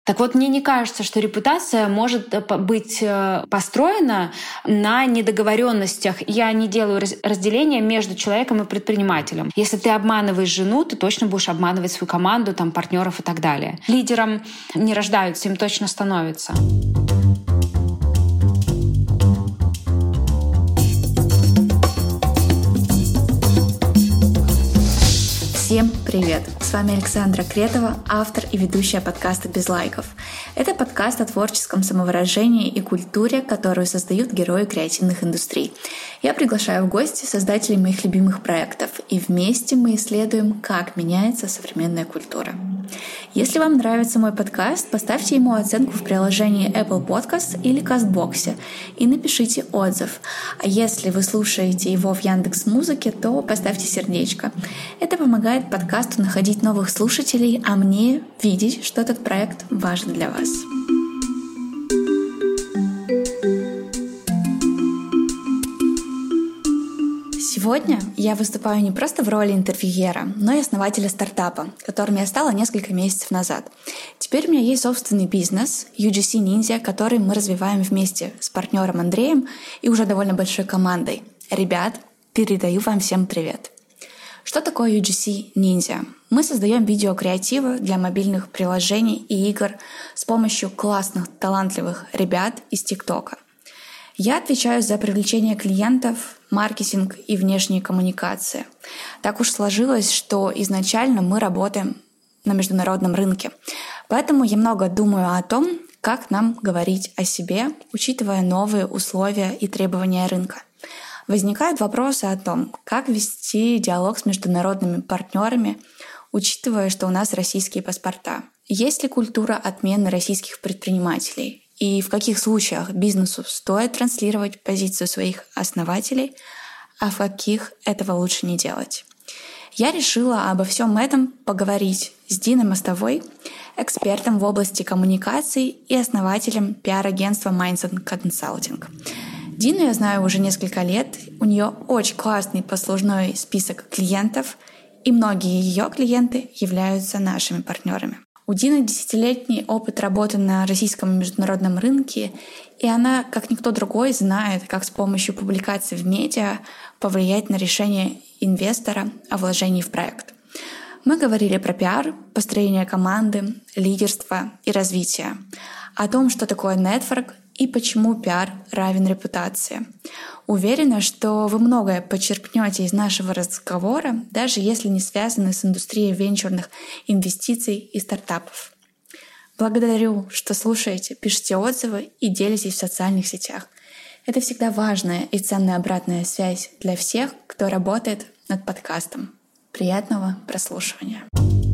Так вот, мне не кажется, что репутация может быть построена на недоговоренностях. Я не делаю разделения между человеком и предпринимателем. Если ты обманываешь жену, ты точно будешь обманывать свою команду, там, партнеров и так далее. Лидером не рождаются, им точно становятся. Всем привет! С вами Александра Кретова, автор и ведущая подкаста «Без лайков». Это подкаст о творческом самовыражении и культуре, которую создают герои креативных индустрий. Я приглашаю в гости создателей моих любимых проектов, и вместе мы исследуем, как меняется современная культура. Если вам нравится мой подкаст, поставьте ему оценку в приложении Apple Podcast или CastBox и напишите отзыв. А если вы слушаете его в Яндекс.Музыке, то поставьте сердечко. Это помогает подкасту находить новых слушателей, а мне видеть, что этот проект важен для вас. Сегодня я выступаю не просто в роли интервьюера, но и основателя стартапа, которым я стала несколько месяцев назад. Теперь у меня есть собственный бизнес UGC Ninja, который мы развиваем вместе с партнером Андреем и уже довольно большой командой. Ребят, передаю вам всем привет. Что такое UGC Ninja? Мы создаем видеокреативы для мобильных приложений и игр с помощью классных, талантливых ребят из ТикТока. Я отвечаю за привлечение клиентов, маркетинг и внешние коммуникации. Так уж сложилось, что изначально мы работаем на международном рынке. Поэтому я много думаю о том, как нам говорить о себе, учитывая новые условия и требования рынка. Возникают вопросы о том, как вести диалог с международными партнерами, учитывая, что у нас российские паспорта. Есть ли культура отмены российских предпринимателей? И в каких случаях бизнесу стоит транслировать позицию своих основателей, а в каких этого лучше не делать? Я решила обо всем этом поговорить с Диной Мостовой, экспертом в области коммуникаций и основателем пиар-агентства Mindset Consulting. Дину я знаю уже несколько лет, у нее очень классный послужной список клиентов, и многие ее клиенты являются нашими партнерами. У Дины 10-летний опыт работы на российском международном рынке, и она, как никто другой, знает, как с помощью публикаций в медиа повлиять на решение инвестора о вложении в проект. Мы говорили про пиар, построение команды, лидерство и развитие, о том, что такое нетворк и почему пиар равен репутации. Уверена, что вы многое почерпнете из нашего разговора, даже если не связаны с индустрией венчурных инвестиций и стартапов. Благодарю, что слушаете, пишите отзывы и делитесь в социальных сетях. Это всегда важная и ценная обратная связь для всех, кто работает над подкастом. Приятного прослушивания.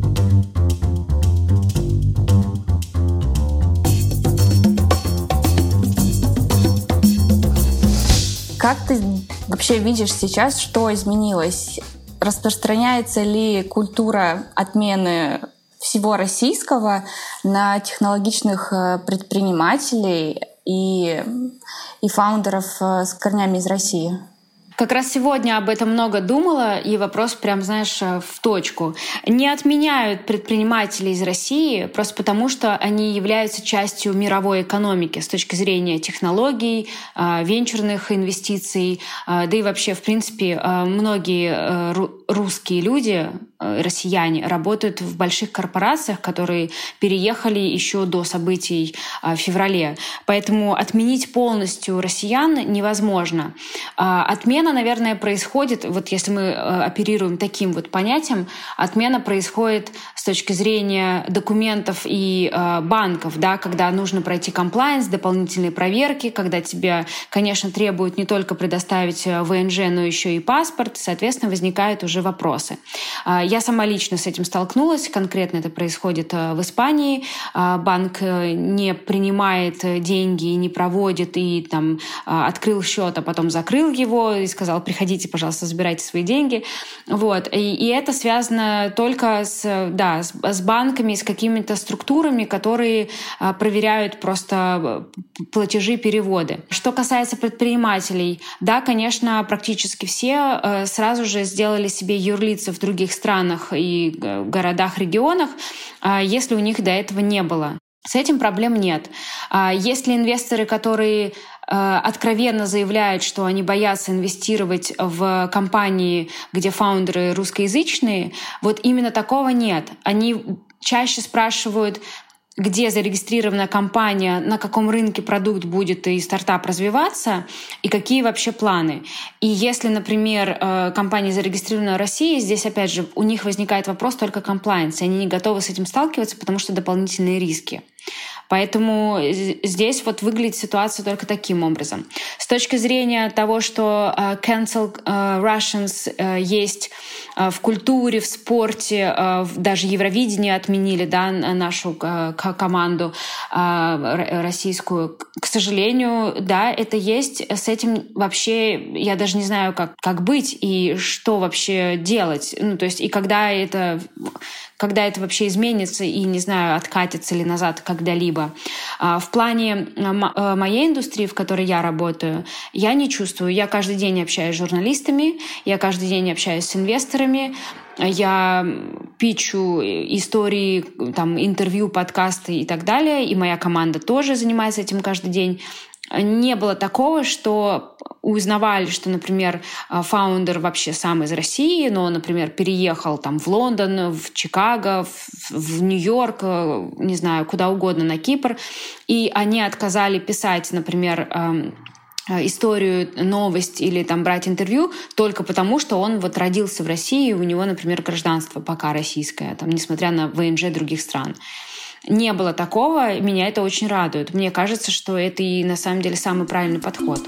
Как ты вообще видишь сейчас, что изменилось? Распространяется ли культура отмены всего российского на технологичных предпринимателей и фаундеров с корнями из России? Как раз сегодня об этом много думала, и вопрос прям, знаешь, в точку. Не отменяют предпринимателей из России просто потому, что они являются частью мировой экономики с точки зрения технологий, венчурных инвестиций, да и вообще, в принципе, многие русские люди, россияне, работают в больших корпорациях, которые переехали еще до событий в феврале. Поэтому отменить полностью россиян невозможно. Отмена, наверное, происходит, вот если мы оперируем таким вот понятием, отмена происходит с точки зрения документов и банков, да, когда нужно пройти комплаенс, дополнительные проверки, когда тебе, конечно, требуют не только предоставить ВНЖ, но еще и паспорт, соответственно, возникают уже вопросы. Я сама лично с этим столкнулась, конкретно это происходит в Испании. Банк не принимает деньги, не проводит и там открыл счет, а потом закрыл его и сказал: приходите, пожалуйста, забирайте свои деньги. Вот. И это связано только с банками, с какими-то структурами, которые проверяют просто платежи, переводы. Что касается предпринимателей, да, конечно, практически все сразу же сделали себе юрлица в других странах и городах, регионах, если у них до этого не было. С этим проблем нет. Если инвесторы, которые откровенно заявляют, что они боятся инвестировать в компании, где фаундеры русскоязычные, вот именно такого нет. Они чаще спрашивают, где зарегистрирована компания, на каком рынке продукт будет и стартап развиваться, и какие вообще планы. И если, например, компания зарегистрирована в России, здесь, опять же, у них возникает вопрос только комплаенса, и они не готовы с этим сталкиваться, потому что дополнительные риски. Поэтому здесь вот выглядит ситуация только таким образом. С точки зрения того, что cancel Russians есть в культуре, в спорте, даже Евровидение отменили, да, нашу команду российскую. К сожалению, да, это есть. С этим вообще я даже не знаю, как быть и что вообще делать. Ну, то есть и когда это вообще изменится и, не знаю, откатится ли назад когда-либо. В плане моей индустрии, в которой я работаю, я не чувствую. Я каждый день общаюсь с журналистами, я каждый день общаюсь с инвесторами, я питчу истории, там, интервью, подкасты и так далее, и моя команда тоже занимается этим каждый день. Не было такого, что узнавали, что, например, фаундер вообще сам из России, но, например, переехал там в Лондон, в Чикаго, в Нью-Йорк, не знаю, куда угодно, на Кипр, и они отказали писать, например, историю, новость или там брать интервью только потому, что он вот родился в России, и у него, например, гражданство пока российское, там, несмотря на ВНЖ других стран. Не было такого, меня это очень радует. Мне кажется, что это и на самом деле самый правильный подход.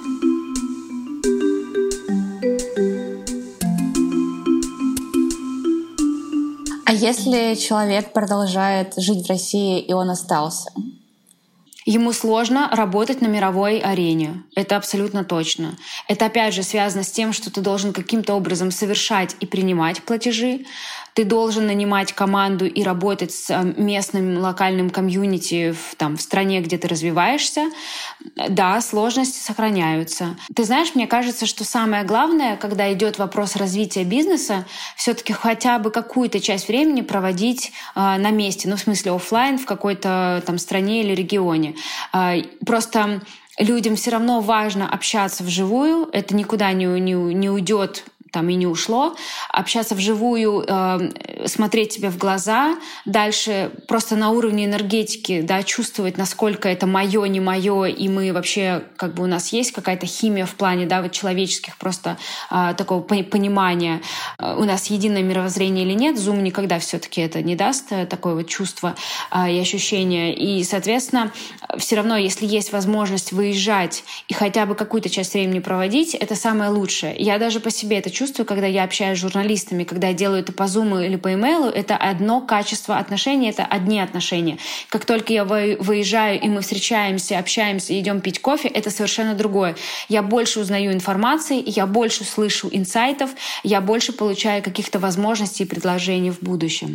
А если человек продолжает жить в России, и он остался? Ему сложно работать на мировой арене. Это абсолютно точно. Это опять же связано с тем, что ты должен каким-то образом совершать и принимать платежи. Ты должен нанимать команду и работать с местным локальным комьюнити в стране, где ты развиваешься. Да, сложности сохраняются. Ты знаешь, мне кажется, что самое главное, когда идет вопрос развития бизнеса, все-таки хотя бы какую-то часть времени проводить на месте, ну, в смысле офлайн в какой-то там стране или регионе. Просто людям все равно важно общаться вживую, это никуда не уйдет там и не ушло, общаться вживую, смотреть тебе в глаза, дальше просто на уровне энергетики, да, чувствовать, насколько это мое, не мое, и мы вообще, как бы у нас есть какая-то химия в плане, да, вот человеческих просто такого понимания, у нас единое мировоззрение или нет. Zoom никогда все-таки это не даст, такое вот чувство и ощущение. И, соответственно, все равно, если есть возможность выезжать и хотя бы какую-то часть времени проводить, это самое лучшее. Я даже по себе это чувствую, когда я общаюсь с журналистами, когда я делаю это по Zoom или по имейлу, это одно качество отношений, это одни отношения. Как только я выезжаю, и мы встречаемся, общаемся, идем пить кофе, это совершенно другое. Я больше узнаю информации, я больше слышу инсайтов, я больше получаю каких-то возможностей и предложений в будущем.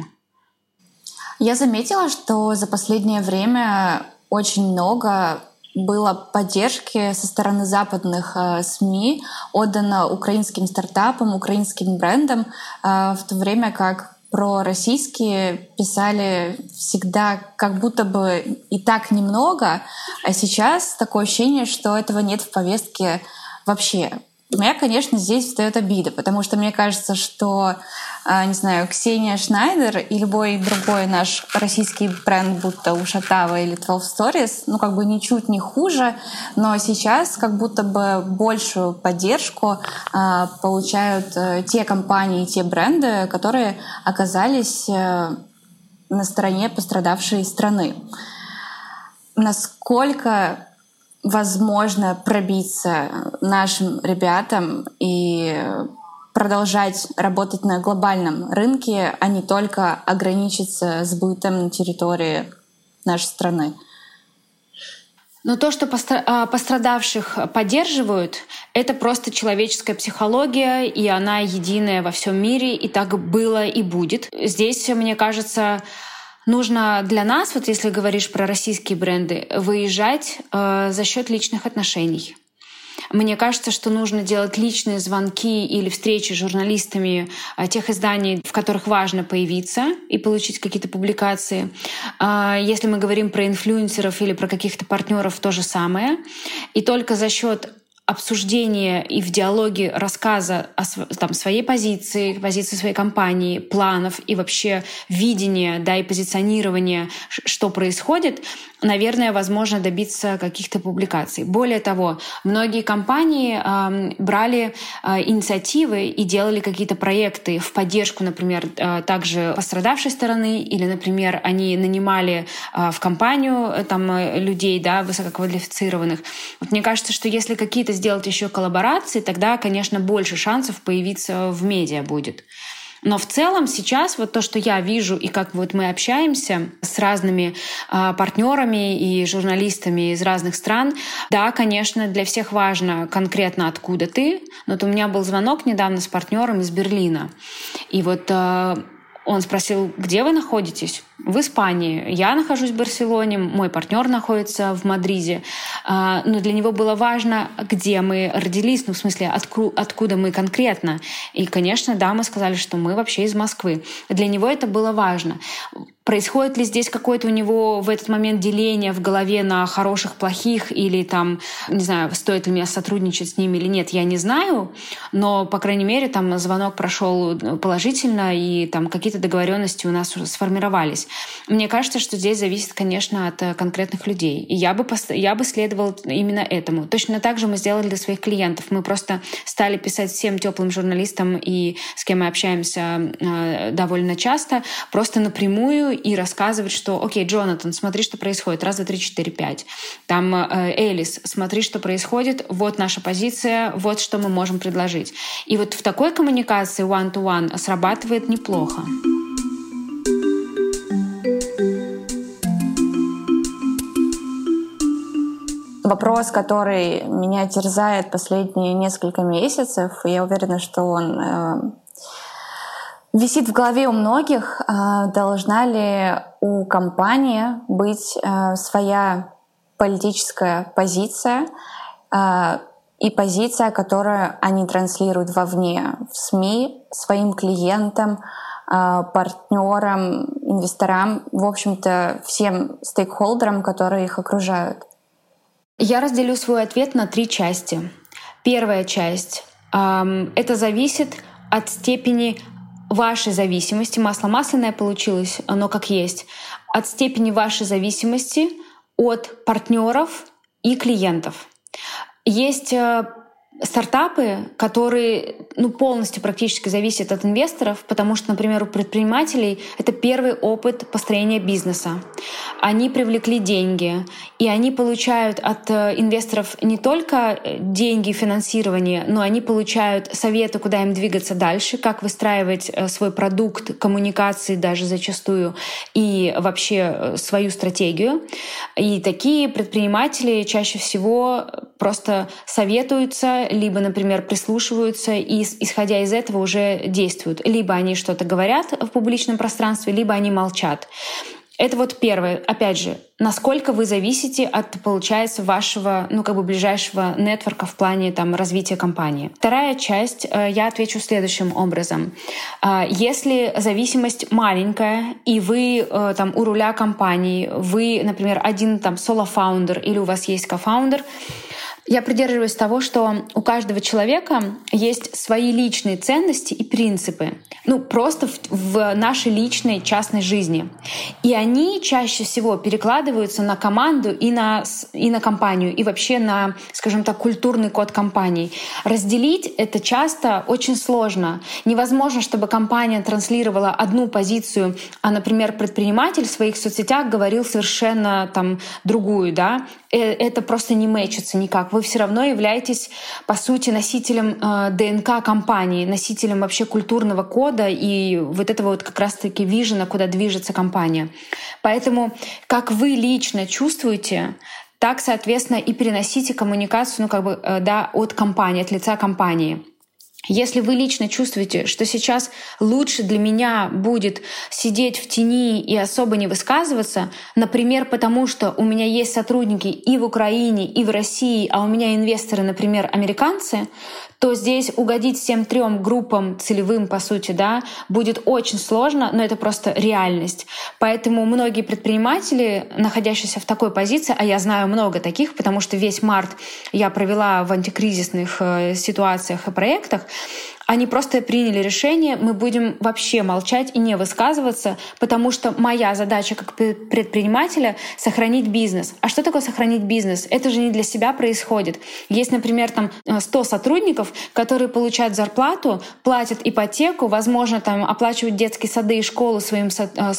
Я заметила, что за последнее время очень много было поддержки со стороны западных СМИ, отдано украинским стартапам, украинским брендам, в то время как про российские писали всегда как будто бы и так немного, а сейчас такое ощущение, что этого нет в повестке вообще. Меня, конечно, здесь встает обида, потому что мне кажется, что, не знаю, Ксения Шнайдер и любой другой наш российский бренд, будто Ушатава или 12 Stories, ну, как бы ничуть не хуже, но сейчас как будто бы большую поддержку получают те компании и те бренды, которые оказались на стороне пострадавшей страны. Насколько возможно пробиться нашим ребятам и продолжать работать на глобальном рынке, а не только ограничиться сбытом на территории нашей страны. Но то, что пострадавших поддерживают, это просто человеческая психология, и она единая во всем мире, и так было и будет. Здесь, мне кажется, нужно для нас, вот если говоришь про российские бренды, выезжать за счет личных отношений. Мне кажется, что нужно делать личные звонки или встречи с журналистами тех изданий, в которых важно появиться и получить какие-то публикации. Если мы говорим про инфлюенсеров или про каких-то партнеров, то же самое. И только за счет обсуждения и в диалоге рассказа о своей позиции своей компании, планов и вообще видения, да, и позиционирования, что происходит, наверное, возможно добиться каких-то публикаций. Более того, многие компании брали инициативы и делали какие-то проекты в поддержку, например, также пострадавшей стороны, или, например, они нанимали в компанию людей, да, высококвалифицированных. Вот мне кажется, что если какие-то сделать еще коллаборации, тогда, конечно, больше шансов появиться в медиа будет. Но в целом сейчас вот то, что я вижу и как вот мы общаемся с разными партнерами и журналистами из разных стран, да, конечно, для всех важно конкретно откуда ты. Но вот у меня был звонок недавно с партнером из Берлина. И вот он спросил, где вы находитесь? В Испании. Я нахожусь в Барселоне, мой партнер находится в Мадриде. Но для него было важно, где мы родились, в смысле, откуда мы конкретно. И, конечно, да, мы сказали, что мы вообще из Москвы. Для него это было важно. Происходит ли здесь какое-то у него в этот момент деление в голове на хороших, плохих, или не знаю, стоит ли мне сотрудничать с ними или нет, я не знаю. Но, по крайней мере, звонок прошел положительно, и какие-то договоренности у нас сформировались. Мне кажется, что здесь зависит, конечно, от конкретных людей. И я бы следовала именно этому. Точно так же мы сделали для своих клиентов. Мы просто стали писать всем теплым журналистам, и с кем мы общаемся довольно часто, просто напрямую и рассказывать, что «Окей, Джонатан, смотри, что происходит. 1, 2, 3, 4, 5. Элис, смотри, что происходит. Вот наша позиция, вот что мы можем предложить». И вот в такой коммуникации one-to-one срабатывает неплохо. Вопрос, который меня терзает последние несколько месяцев, и я уверена, что он висит в голове у многих. Должна ли у компании быть своя политическая позиция и позиция, которую они транслируют вовне, в СМИ, своим клиентам, партнерам, инвесторам, в общем-то, всем стейкхолдерам, которые их окружают? Я разделю свой ответ на 3 части. Первая часть — это зависит от степени вашей зависимости. Масло масляное получилось, оно как есть. От степени вашей зависимости от партнеров и клиентов. Есть стартапы, которые полностью практически зависят от инвесторов, потому что, например, у предпринимателей это первый опыт построения бизнеса. Они привлекли деньги, и они получают от инвесторов не только деньги и финансирование, но они получают советы, куда им двигаться дальше, как выстраивать свой продукт, коммуникации даже зачастую, и вообще свою стратегию. И такие предприниматели чаще всего просто советуются, либо, например, прислушиваются и, исходя из этого, уже действуют. Либо они что-то говорят в публичном пространстве, либо они молчат. Это вот первое. Опять же, насколько вы зависите от, получается, вашего, ближайшего нетворка в плане развития компании. Вторая часть, я отвечу следующим образом. Если зависимость маленькая, и вы у руля компании, вы, например, один соло-фаундер или у вас есть кофаундер, я придерживаюсь того, что у каждого человека есть свои личные ценности и принципы. Просто в нашей личной частной жизни. И они чаще всего перекладываются на команду и на компанию, и вообще на, скажем так, культурный код компании. Разделить это часто очень сложно. Невозможно, чтобы компания транслировала одну позицию, а, например, предприниматель в своих соцсетях говорил совершенно другую, да? Это просто не мэчится никак. Вы все равно являетесь, по сути, носителем ДНК компании, носителем вообще культурного кода и вот этого как раз-таки вижена, куда движется компания. Поэтому как вы лично чувствуете, так, соответственно, и переносите коммуникацию от компании, от лица компании. Если вы лично чувствуете, что сейчас лучше для меня будет сидеть в тени и особо не высказываться, например, потому что у меня есть сотрудники и в Украине, и в России, а у меня инвесторы, например, американцы, то здесь угодить всем 3 группам целевым, по сути, да, будет очень сложно, но это просто реальность. Поэтому многие предприниматели, находящиеся в такой позиции, а я знаю много таких, потому что весь март я провела в антикризисных ситуациях и проектах, они просто приняли решение, мы будем вообще молчать и не высказываться, потому что моя задача как предпринимателя — сохранить бизнес. А что такое сохранить бизнес? Это же не для себя происходит. Есть, например, там 100 сотрудников, которые получают зарплату, платят ипотеку, возможно, там оплачивают детские сады и школу своим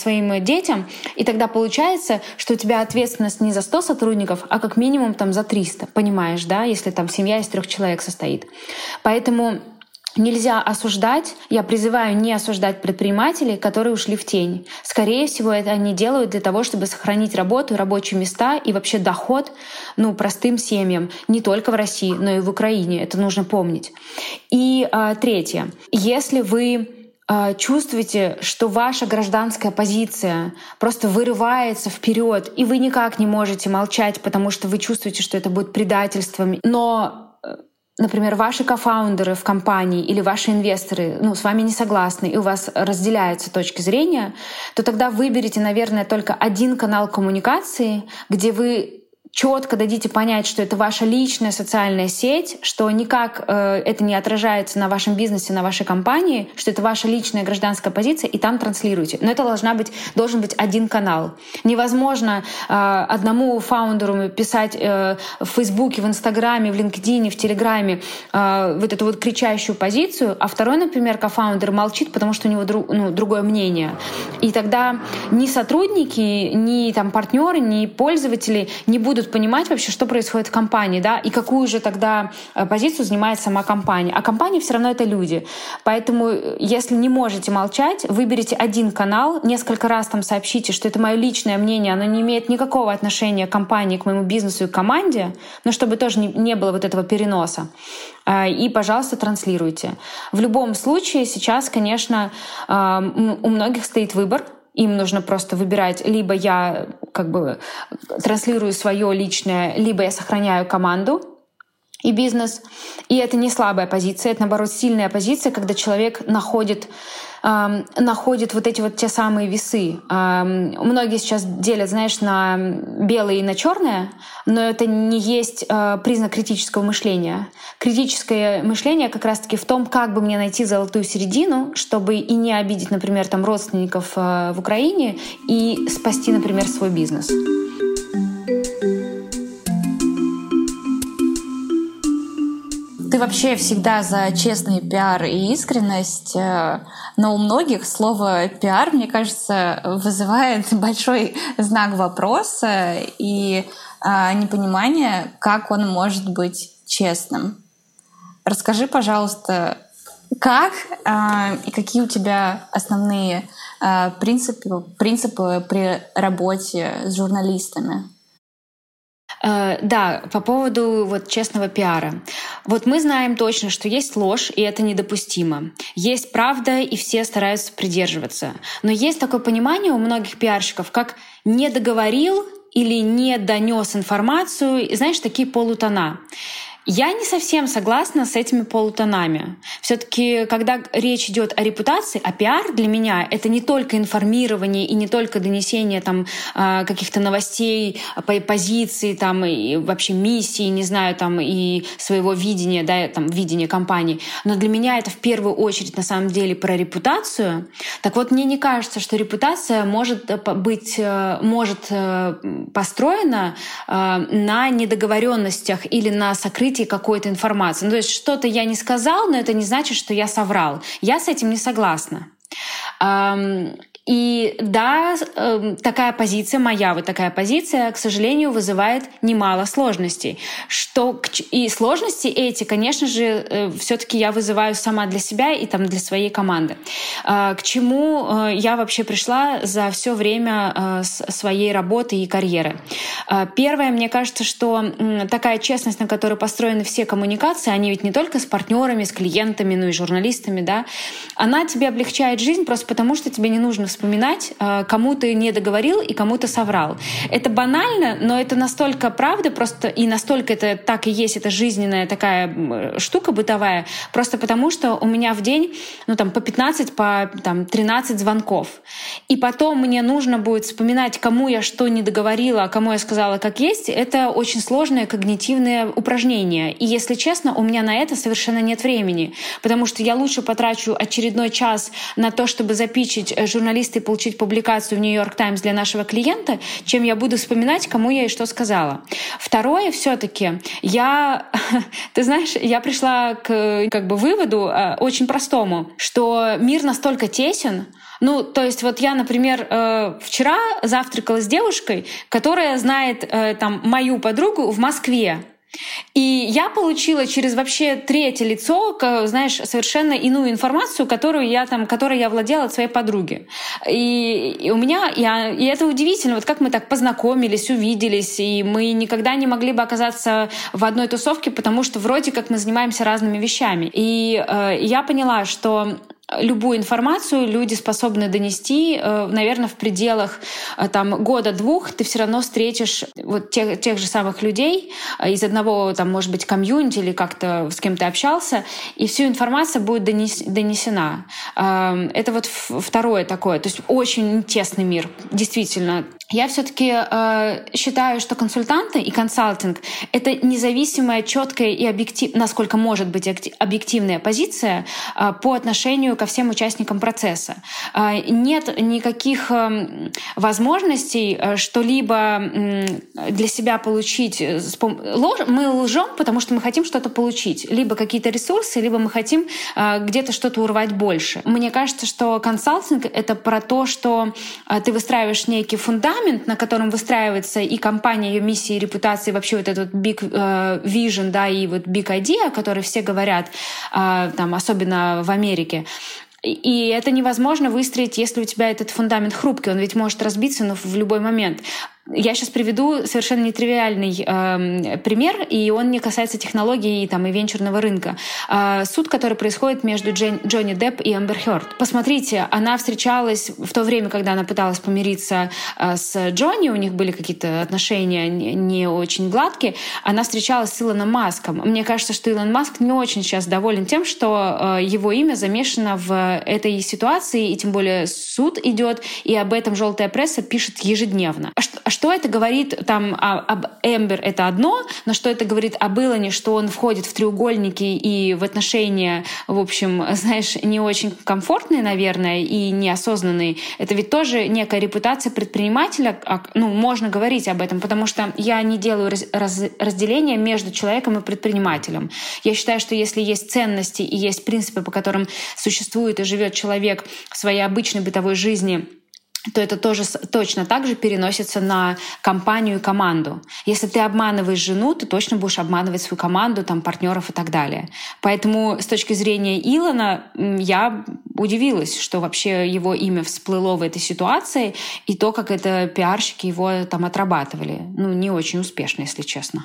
детям, и тогда получается, что у тебя ответственность не за 100 сотрудников, а как минимум там за 300, понимаешь, да, если там семья из 3 человек состоит. Поэтому нельзя осуждать, я призываю не осуждать предпринимателей, которые ушли в тень. Скорее всего, это они делают для того, чтобы сохранить работу, рабочие места и вообще доход простым семьям, не только в России, но и в Украине. Это нужно помнить. И третье. Если вы чувствуете, что ваша гражданская позиция просто вырывается вперед, и вы никак не можете молчать, потому что вы чувствуете, что это будет предательством, но например, ваши кофаундеры в компании или ваши инвесторы с вами не согласны, и у вас разделяются точки зрения, то тогда выберите, наверное, только один канал коммуникации, где вы четко дадите понять, что это ваша личная социальная сеть, что никак это не отражается на вашем бизнесе, на вашей компании, что это ваша личная гражданская позиция, и там транслируйте. Но это должен быть один канал. Невозможно одному фаундеру писать в Фейсбуке, в Инстаграме, в LinkedIn, в Телеграме вот эту вот кричащую позицию, а второй, например, кофаундер молчит, потому что у него другое мнение. И тогда ни сотрудники, ни партнеры, ни пользователи не будут понимать вообще, что происходит в компании, да, и какую же тогда позицию занимает сама компания. А компания все равно это люди. Поэтому, если не можете молчать, выберите один канал, несколько раз там сообщите, что это мое личное мнение, оно не имеет никакого отношения к компании, к моему бизнесу и к команде, но чтобы тоже не было вот этого переноса. И, пожалуйста, транслируйте. В любом случае, сейчас, конечно, у многих стоит выбор. Им нужно просто выбирать, либо я транслирую свое личное, либо я сохраняю команду и бизнес. И это не слабая позиция, это, наоборот, сильная позиция, когда человек находит вот эти вот те самые весы. Многие сейчас делят, знаешь, на белое и на черное, но это не есть признак критического мышления. Критическое мышление как раз-таки в том, как бы мне найти золотую середину, чтобы и не обидеть, например, родственников в Украине и спасти, например, свой бизнес. Ты вообще всегда за честный пиар и искренность, но у многих слово «пиар», мне кажется, вызывает большой знак вопроса и непонимание, как он может быть честным. Расскажи, пожалуйста, как и какие у тебя основные принципы при работе с журналистами? Да, по поводу честного пиара. Мы знаем точно, что есть ложь, и это недопустимо. Есть правда, и все стараются придерживаться. Но есть такое понимание у многих пиарщиков, как «не договорил» или «не донес информацию», знаешь, такие полутона. Я не совсем согласна с этими полутонами. Все-таки, когда речь идет о репутации, а пиар для меня — это не только информирование и не только донесение каких-то новостей, позиций, и вообще миссии, не знаю, и своего видения, видения компании. Но для меня это в первую очередь на самом деле про репутацию. Так вот, мне не кажется, что репутация может построена на недоговоренностях или на сокрытии какой-то информации. То есть что-то я не сказал, но это не значит, что я соврал. Я с этим не согласна. И да, такая позиция, моя такая позиция, к сожалению, вызывает немало сложностей. И сложности эти, конечно же, все-таки я вызываю сама для себя и для своей команды. К чему я вообще пришла за все время своей работы и карьеры? Первое, мне кажется, что такая честность, на которой построены все коммуникации, они ведь не только с партнерами, с клиентами, но и журналистами, да, она тебе облегчает жизнь просто потому, что тебе не нужно вспоминать, кому ты не договорил и кому ты соврал. Это банально, но это настолько правда просто, и настолько это так и есть, это жизненная такая штука бытовая, просто потому что у меня в день по 15, по 13 звонков. И потом мне нужно будет вспоминать, кому я что не договорила, а кому я сказала как есть. Это очень сложное когнитивное упражнение. И если честно, у меня на это совершенно нет времени, потому что я лучше потрачу очередной час на то, чтобы запичить журналиста и получить публикацию в Нью-Йорк Таймс для нашего клиента, чем я буду вспоминать, кому я и что сказала. Второе, все-таки ты знаешь, я пришла к выводу очень простому, что мир настолько тесен. То есть вот я, например, вчера завтракала с девушкой, которая знает мою подругу в Москве. И я получила через вообще третье лицо, знаешь, совершенно иную информацию, которой я владела от своей подруги. И у меня, и это удивительно, вот как мы так познакомились, увиделись, и мы никогда не могли бы оказаться в одной тусовке, потому что вроде как мы занимаемся разными вещами. И я поняла, что любую информацию люди способны донести, наверное, в пределах года-двух ты все равно встретишь вот тех же самых людей из одного, может быть, комьюнити или как-то с кем ты общался, и всю информация будет донесена. Это вот второе такое. То есть очень тесный мир, действительно. Я все-таки считаю, что консультанты и консалтинг — это независимая, четкая и насколько может быть объективная позиция по отношению ко всем участникам процесса. Нет никаких возможностей что-либо для себя получить. Мы лжем, потому что мы хотим что-то получить. Либо какие-то ресурсы, либо мы хотим где-то что-то урвать больше. Мне кажется, что консалтинг — это про то, что ты выстраиваешь некий фундамент, на котором выстраивается и компания, ее миссия, и репутация, и вообще вот этот big vision, да, и вот big idea, о которой все говорят, особенно в Америке. И это невозможно выстроить, если у тебя этот фундамент хрупкий. Он ведь может разбиться в любой момент. Я сейчас приведу совершенно нетривиальный пример, и он не касается технологий и венчурного рынка. Суд, который происходит между Джонни Депп и Эмбер Хёрд. Посмотрите, она встречалась в то время, когда она пыталась помириться с Джонни, у них были какие-то отношения не очень гладкие, она встречалась с Илоном Маском. Мне кажется, что Илон Маск не очень сейчас доволен тем, что его имя замешано в этой ситуации, и тем более суд идет, и об этом желтая пресса пишет ежедневно. Что это говорит об Эмбер — это одно, но что это говорит об Илоне, что он входит в треугольники и в отношения, в общем, знаешь, не очень комфортные, наверное, и неосознанные, это ведь тоже некая репутация предпринимателя. Можно говорить об этом, потому что я не делаю разделения между человеком и предпринимателем. Я считаю, что если есть ценности и есть принципы, по которым существует и живет человек в своей обычной бытовой жизни, то это тоже точно так же переносится на компанию и команду. Если ты обманываешь жену, ты точно будешь обманывать свою команду, партнеров и так далее. Поэтому с точки зрения Илона я удивилась, что вообще его имя всплыло в этой ситуации, и то, как это пиарщики его отрабатывали. Не очень успешно, если честно.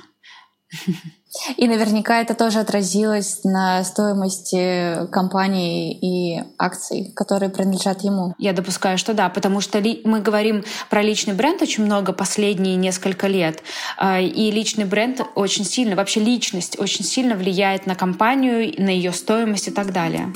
И наверняка это тоже отразилось на стоимости компании и акций, которые принадлежат ему. Я допускаю, что да, потому что мы говорим про личный бренд очень много последние несколько лет. И личный бренд очень сильно, вообще личность очень сильно влияет на компанию, на ее стоимость и так далее.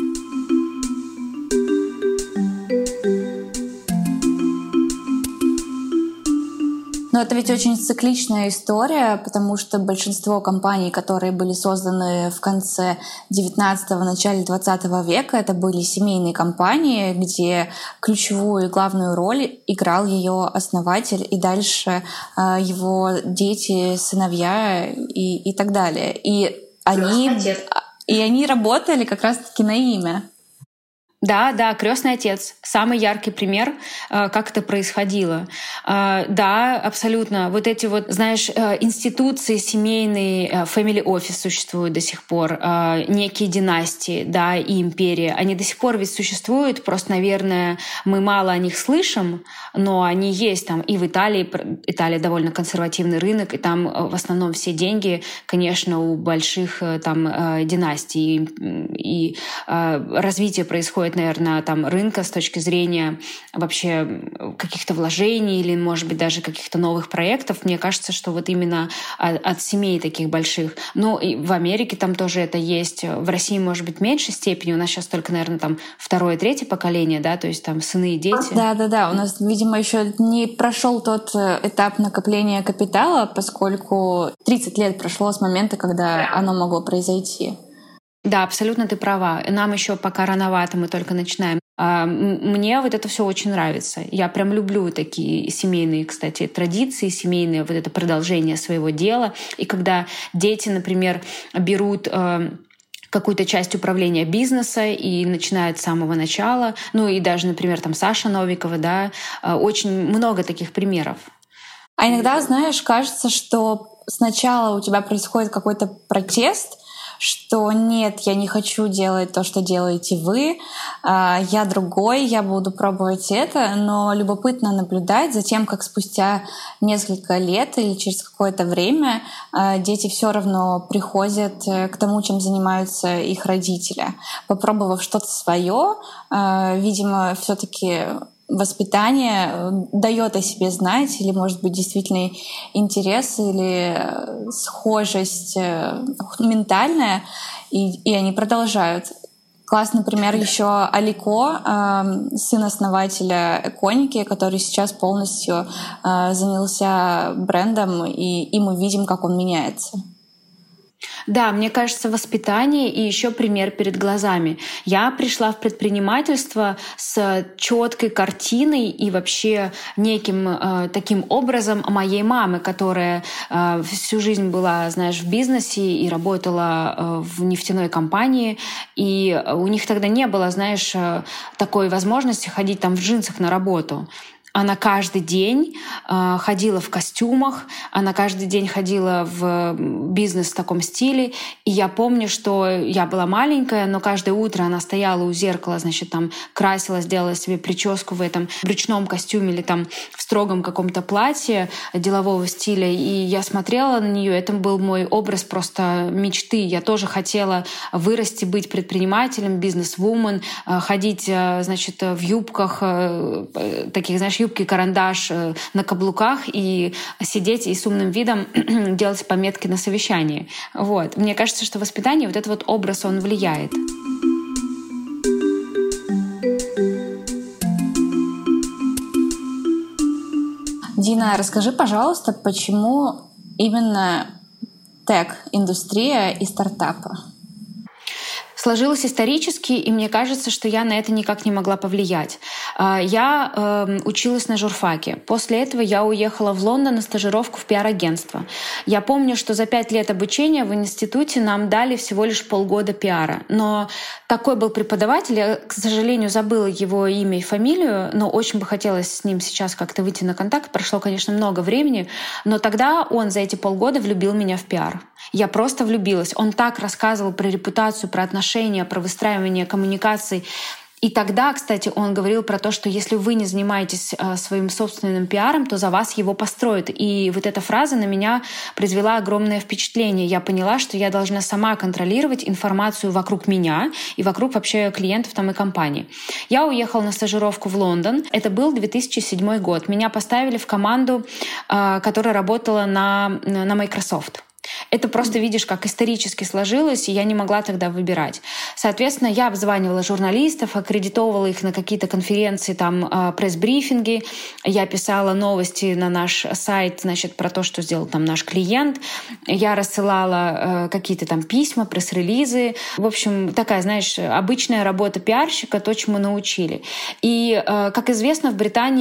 Но это ведь очень цикличная история, потому что большинство компаний, которые были созданы в конце 19-го, начале 20 века, это были семейные компании, где ключевую и главную роль играл ее основатель и дальше его дети, сыновья и так далее. И они работали как раз-таки на имя. Да, «Крестный отец» — самый яркий пример, как это происходило. Да, абсолютно. Вот эти вот, знаешь, институции семейные, family office существуют до сих пор, некие династии, да, и империи, они до сих пор ведь существуют, просто, наверное, мы мало о них слышим, но они есть там и в Италии. Италия довольно консервативный рынок, и там в основном все деньги, конечно, у больших там династий, и развитие происходит, наверное, там рынка с точки зрения вообще каких-то вложений или, может быть, даже каких-то новых проектов. Мне кажется, что вот именно от семей таких больших. Ну, и в Америке там тоже это есть. В России, может быть, в меньшей степени. У нас сейчас только, наверное, там второе, третье поколение, да, то есть там сыны и дети. Да. У нас, видимо, еще не прошел тот этап накопления капитала, поскольку 30 лет прошло с момента, когда оно могло произойти. Да, абсолютно ты права. Нам еще пока рановато, мы только начинаем. Мне вот это все очень нравится. Я прям люблю такие семейные, кстати, традиции, семейные, вот это продолжение своего дела. И когда дети, например, берут какую-то часть управления бизнеса и начинают с самого начала. Ну и даже, например, там Саша Новикова, да, очень много таких примеров. А иногда, знаешь, кажется, что сначала у тебя происходит какой-то протест, что нет, я не хочу делать то, что делаете вы, я другой, я буду пробовать это, но любопытно наблюдать за тем, как спустя несколько лет или через какое-то время дети все равно приходят к тому, чем занимаются их родители. Попробовав что-то свое, видимо, все-таки воспитание дает о себе знать, или, может быть, действительно интерес или схожесть ментальная, и они продолжают. Классный пример еще Алико, сын основателя Эконики, который сейчас полностью занялся брендом, и мы видим, как он меняется. Да, мне кажется, воспитание и еще пример перед глазами. Я пришла в предпринимательство с четкой картиной и вообще неким таким образом моей мамы, которая всю жизнь была, знаешь, в бизнесе и работала в нефтяной компании. И у них тогда не было, знаешь, такой возможности ходить там в джинсах на работу. Она каждый день ходила в костюмах, она каждый день ходила в бизнес в таком стиле. И я помню, что я была маленькая, но каждое утро она стояла у зеркала, значит, там красилась, делала себе прическу в этом брючном костюме или там в строгом каком-то платье делового стиля. И я смотрела на нее. Это был мой образ просто мечты. Я тоже хотела вырасти, быть предпринимателем, бизнес-вумен, ходить, значит, в юбках, таких, знаешь, юбки-карандаш на каблуках и сидеть и с умным видом делать пометки на совещании. Вот. Мне кажется, что воспитание, вот этот вот образ, он влияет. Дина, расскажи, пожалуйста, почему именно тег-индустрия и стартапы? Сложилось исторически, и мне кажется, что я на это никак не могла повлиять. Я училась на журфаке. После этого я уехала в Лондон на стажировку в пиар-агентство. Я помню, что за 5 лет обучения в институте нам дали всего лишь полгода пиара. Но такой был преподаватель, я, к сожалению, забыла его имя и фамилию, но очень бы хотелось с ним сейчас как-то выйти на контакт. Прошло, конечно, много времени, но тогда он за эти полгода влюбил меня в пиар. Я просто влюбилась. Он так рассказывал про репутацию, про отношения, про выстраивание коммуникаций. И тогда, кстати, он говорил про то, что если вы не занимаетесь своим собственным пиаром, то за вас его построят. И вот эта фраза на меня произвела огромное впечатление. Я поняла, что я должна сама контролировать информацию вокруг меня и вокруг вообще клиентов там и компаний. Я уехала на стажировку в Лондон. Это был 2007 год. Меня поставили в команду, которая работала на Microsoft. Это просто видишь, как исторически сложилось, и я не могла тогда выбирать. Соответственно, я обзванивала журналистов, аккредитовывала их на какие-то конференции, там, пресс-брифинги. Я писала новости на наш сайт, значит, про то, что сделал там наш клиент. Я рассылала какие-то там письма, пресс-релизы. В общем, такая, знаешь, обычная работа пиарщика, то, чему научили. И, как известно, в Британии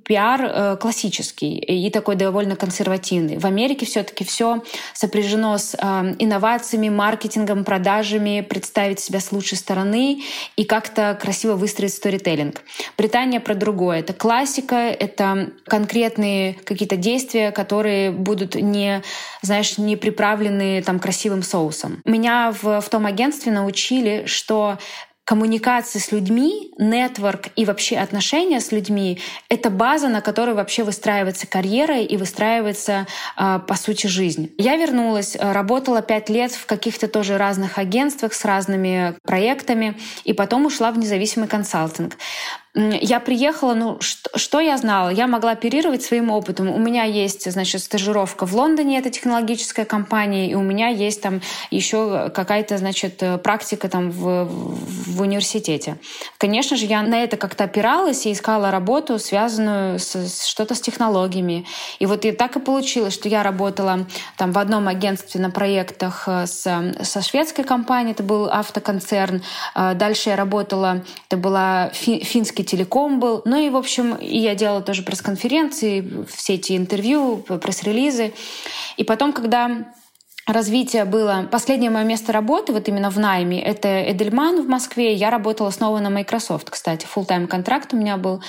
пиар классический и такой довольно консервативный. В Америке все-таки все сопряжено с инновациями, маркетингом, продажами, представить себя с лучшей стороны и как-то красиво выстроить сторителлинг. Британия про другое. Это классика, это конкретные какие-то действия, которые будут не приправлены там красивым соусом. Меня в том агентстве научили, что коммуникация с людьми, нетворк и вообще отношения с людьми — это база, на которой вообще выстраивается карьера и выстраивается, по сути, жизнь. Я вернулась, работала 5 лет в каких-то тоже разных агентствах с разными проектами, и потом ушла в независимый консалтинг. Я приехала, что я знала? Я могла оперировать своим опытом. У меня есть, стажировка в Лондоне, это технологическая компания, и у меня есть там еще какая-то, практика там в университете. Конечно же, я на это как-то опиралась и искала работу, связанную что-то с технологиями. И вот и так и получилось, что я работала там в одном агентстве на проектах со шведской компанией, это был автоконцерн. Дальше я работала, это была финский телеком был. Ну и, в общем, я делала тоже пресс-конференции, все эти интервью, пресс-релизы. И потом, когда развитие было... Последнее мое место работы, вот именно в найме, это Эдельман в Москве. Я работала снова на Microsoft, кстати. Full-time контракт у меня был.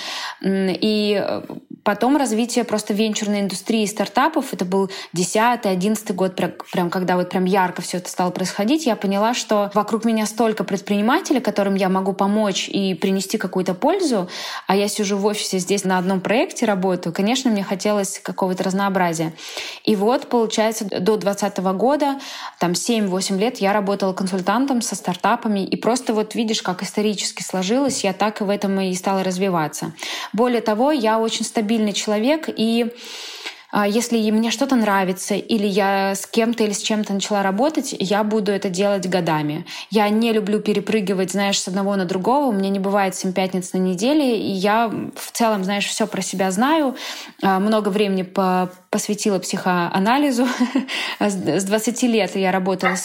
И потом развитие просто венчурной индустрии стартапов. Это был 10-11 год, прям когда вот прям ярко все это стало происходить. Я поняла, что вокруг меня столько предпринимателей, которым я могу помочь и принести какую-то пользу, а я сижу в офисе здесь на одном проекте работаю. Конечно, мне хотелось какого-то разнообразия. И вот, получается, до 2020 года, там 7-8 лет я работала консультантом со стартапами. И просто вот видишь, как исторически сложилось, я так и в этом и стала развиваться. Более того, я очень стабильный человек, и если мне что-то нравится, или я с кем-то или с чем-то начала работать, я буду это делать годами. Я не люблю перепрыгивать, с одного на другого. У меня не бывает 7 пятниц на неделе, и я в целом, все про себя знаю. Много времени посвятила психоанализу. С 20 лет я работала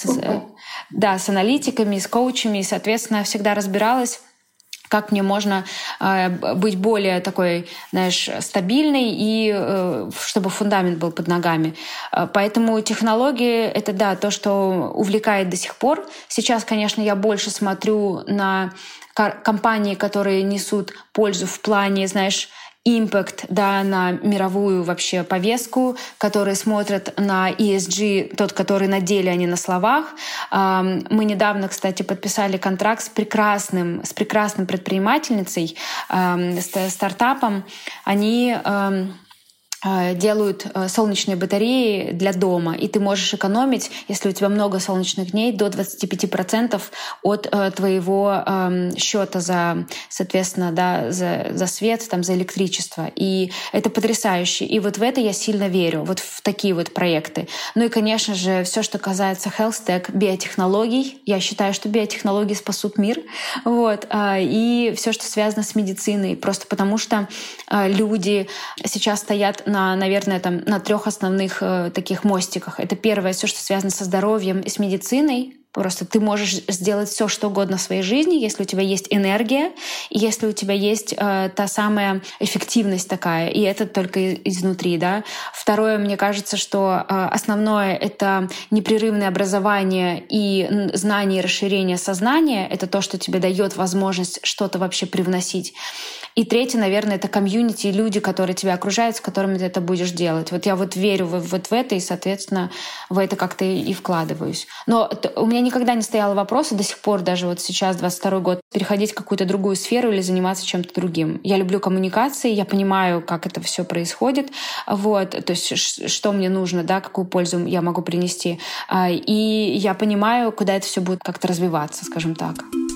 с аналитиками, с коучами, и, соответственно, всегда разбиралась, как мне можно быть более такой, стабильной и чтобы фундамент был под ногами. Поэтому технологии — это, да, то, что увлекает до сих пор. Сейчас, конечно, я больше смотрю на компании, которые несут пользу в плане, импакт, да, на мировую вообще повестку, которые смотрят на ESG, тот, который на деле, а не на словах. Мы недавно, кстати, подписали контракт с прекрасным предпринимательницей, стартапом. Они делают солнечные батареи для дома, и ты можешь экономить, если у тебя много солнечных дней, до 25% от твоего счета за, соответственно, да, за свет, за электричество. И это потрясающе. И вот в это я сильно верю, вот в такие вот проекты. Ну и, конечно же, все, что касается health tech, биотехнологий. Я считаю, что биотехнологии спасут мир. Вот. И все, что связано с медициной. Просто потому что люди сейчас стоят наверное, на 3 основных таких мостиках. Это первое, все, что связано со здоровьем и с медициной. Просто ты можешь сделать все, что угодно в своей жизни, если у тебя есть энергия, и если у тебя есть та самая эффективность такая, и это только изнутри, да. Второе, мне кажется, что основное — это непрерывное образование и знание, и расширение сознания. Это то, что тебе дает возможность что-то вообще привносить. И третье, наверное, это комьюнити, люди, которые тебя окружают, с которыми ты это будешь делать. Вот я верю вот в это, и, соответственно, в это как-то и вкладываюсь. Но у меня никогда не стояло вопроса до сих пор, даже вот сейчас, 22 год, переходить в какую-то другую сферу или заниматься чем-то другим. Я люблю коммуникации, я понимаю, как это все происходит, вот, то есть что мне нужно, да, какую пользу я могу принести. И я понимаю, куда это все будет как-то развиваться, скажем так.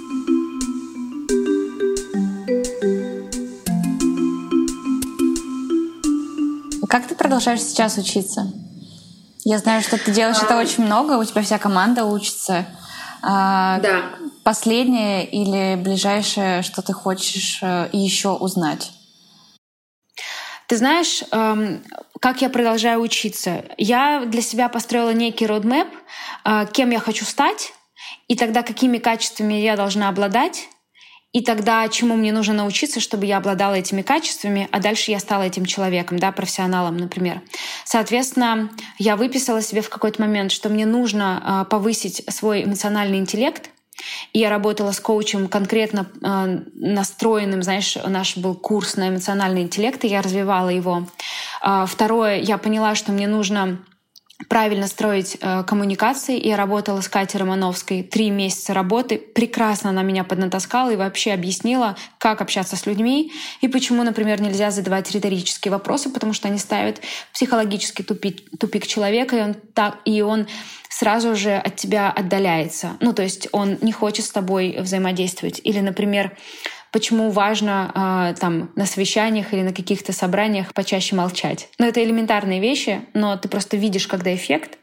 Как ты продолжаешь сейчас учиться? Я знаю, что ты делаешь это очень много, у тебя вся команда учится. Да. Последнее или ближайшее, что ты хочешь еще узнать? Ты знаешь, как я продолжаю учиться? Я для себя построила некий roadmap, кем я хочу стать, и тогда какими качествами я должна обладать, и тогда чему мне нужно научиться, чтобы я обладала этими качествами, а дальше я стала этим человеком, да, профессионалом, например. Соответственно, я выписала себе в какой-то момент, что мне нужно повысить свой эмоциональный интеллект. И я работала с коучем конкретно настроенным, знаешь, наш был курс на эмоциональный интеллект, и я развивала его. Второе, я поняла, что мне нужно правильно строить коммуникации. Я работала с Катей Романовской 3 месяца работы. Прекрасно она меня поднатаскала и вообще объяснила, как общаться с людьми и почему, например, нельзя задавать риторические вопросы, потому что они ставят в психологический тупик человека, и он сразу же от тебя отдаляется. Ну, то есть он не хочет с тобой взаимодействовать. Или, например, почему важно там на совещаниях или на каких-то собраниях почаще молчать. Ну, это элементарные вещи, но ты просто видишь, когда эффект.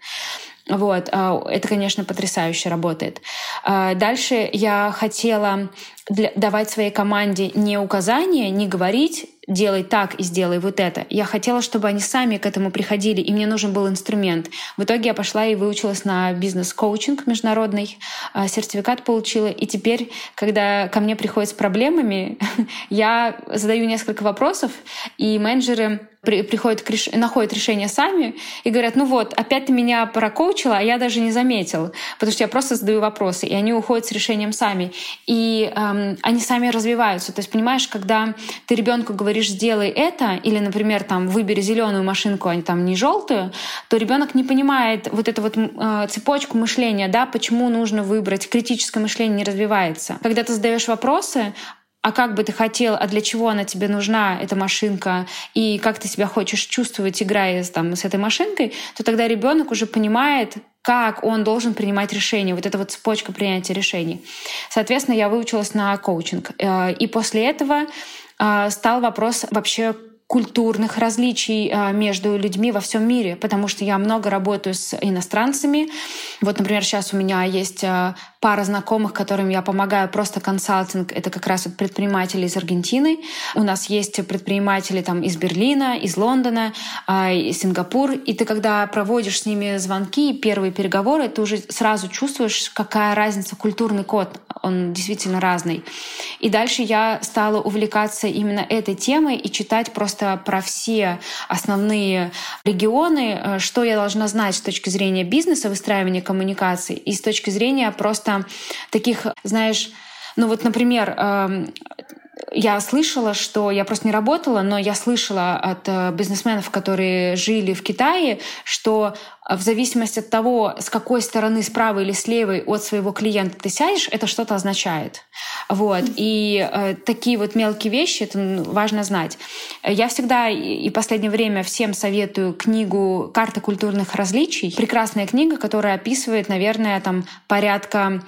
Вот. Это, конечно, потрясающе работает. Дальше я хотела давать своей команде не указания, не говорить, делай так и сделай вот это. Я хотела, чтобы они сами к этому приходили, и мне нужен был инструмент. В итоге я пошла и выучилась на бизнес-коучинг международный, сертификат получила. И теперь, когда ко мне приходят с проблемами, я задаю несколько вопросов, и менеджеры находят решение сами и говорят, ну вот, опять ты меня прокоучила, а я даже не заметил, потому что я просто задаю вопросы, и они уходят с решением сами. И они сами развиваются. То есть, понимаешь, когда ты ребенку говоришь, сделай это, или, например, там, выбери зеленую машинку, а там не желтую, то ребенок не понимает вот эту вот цепочку мышления, да, почему нужно выбрать, критическое мышление не развивается. Когда ты задаешь вопросы, а как бы ты хотел, а для чего она тебе нужна, эта машинка, и как ты себя хочешь чувствовать, играя там, с этой машинкой, то тогда ребенок уже понимает, как он должен принимать решения. Вот эта вот цепочка принятия решений. Соответственно, я выучилась на коучинг. И после этого стал вопрос вообще культурных различий между людьми во всем мире, потому что я много работаю с иностранцами. Вот, например, сейчас у меня есть пара знакомых, которым я помогаю, просто консалтинг. Это как раз вот предприниматели из Аргентины. У нас есть предприниматели там из Берлина, из Лондона, из Сингапура. И ты, когда проводишь с ними звонки, первые переговоры, ты уже сразу чувствуешь, какая разница, культурный код. Он действительно разный. И дальше я стала увлекаться именно этой темой и читать просто про все основные регионы, что я должна знать с точки зрения бизнеса, выстраивания коммуникаций и с точки зрения просто таких, знаешь, ну вот, например, я слышала, что я просто не работала, но я слышала от бизнесменов, которые жили в Китае, что в зависимости от того, с какой стороны, справа или слева от своего клиента ты сядешь, это что-то означает. Вот. И такие вот мелкие вещи, это важно знать. Я всегда и в последнее время всем советую книгу «Карта культурных различий». Прекрасная книга, которая описывает, наверное, там порядка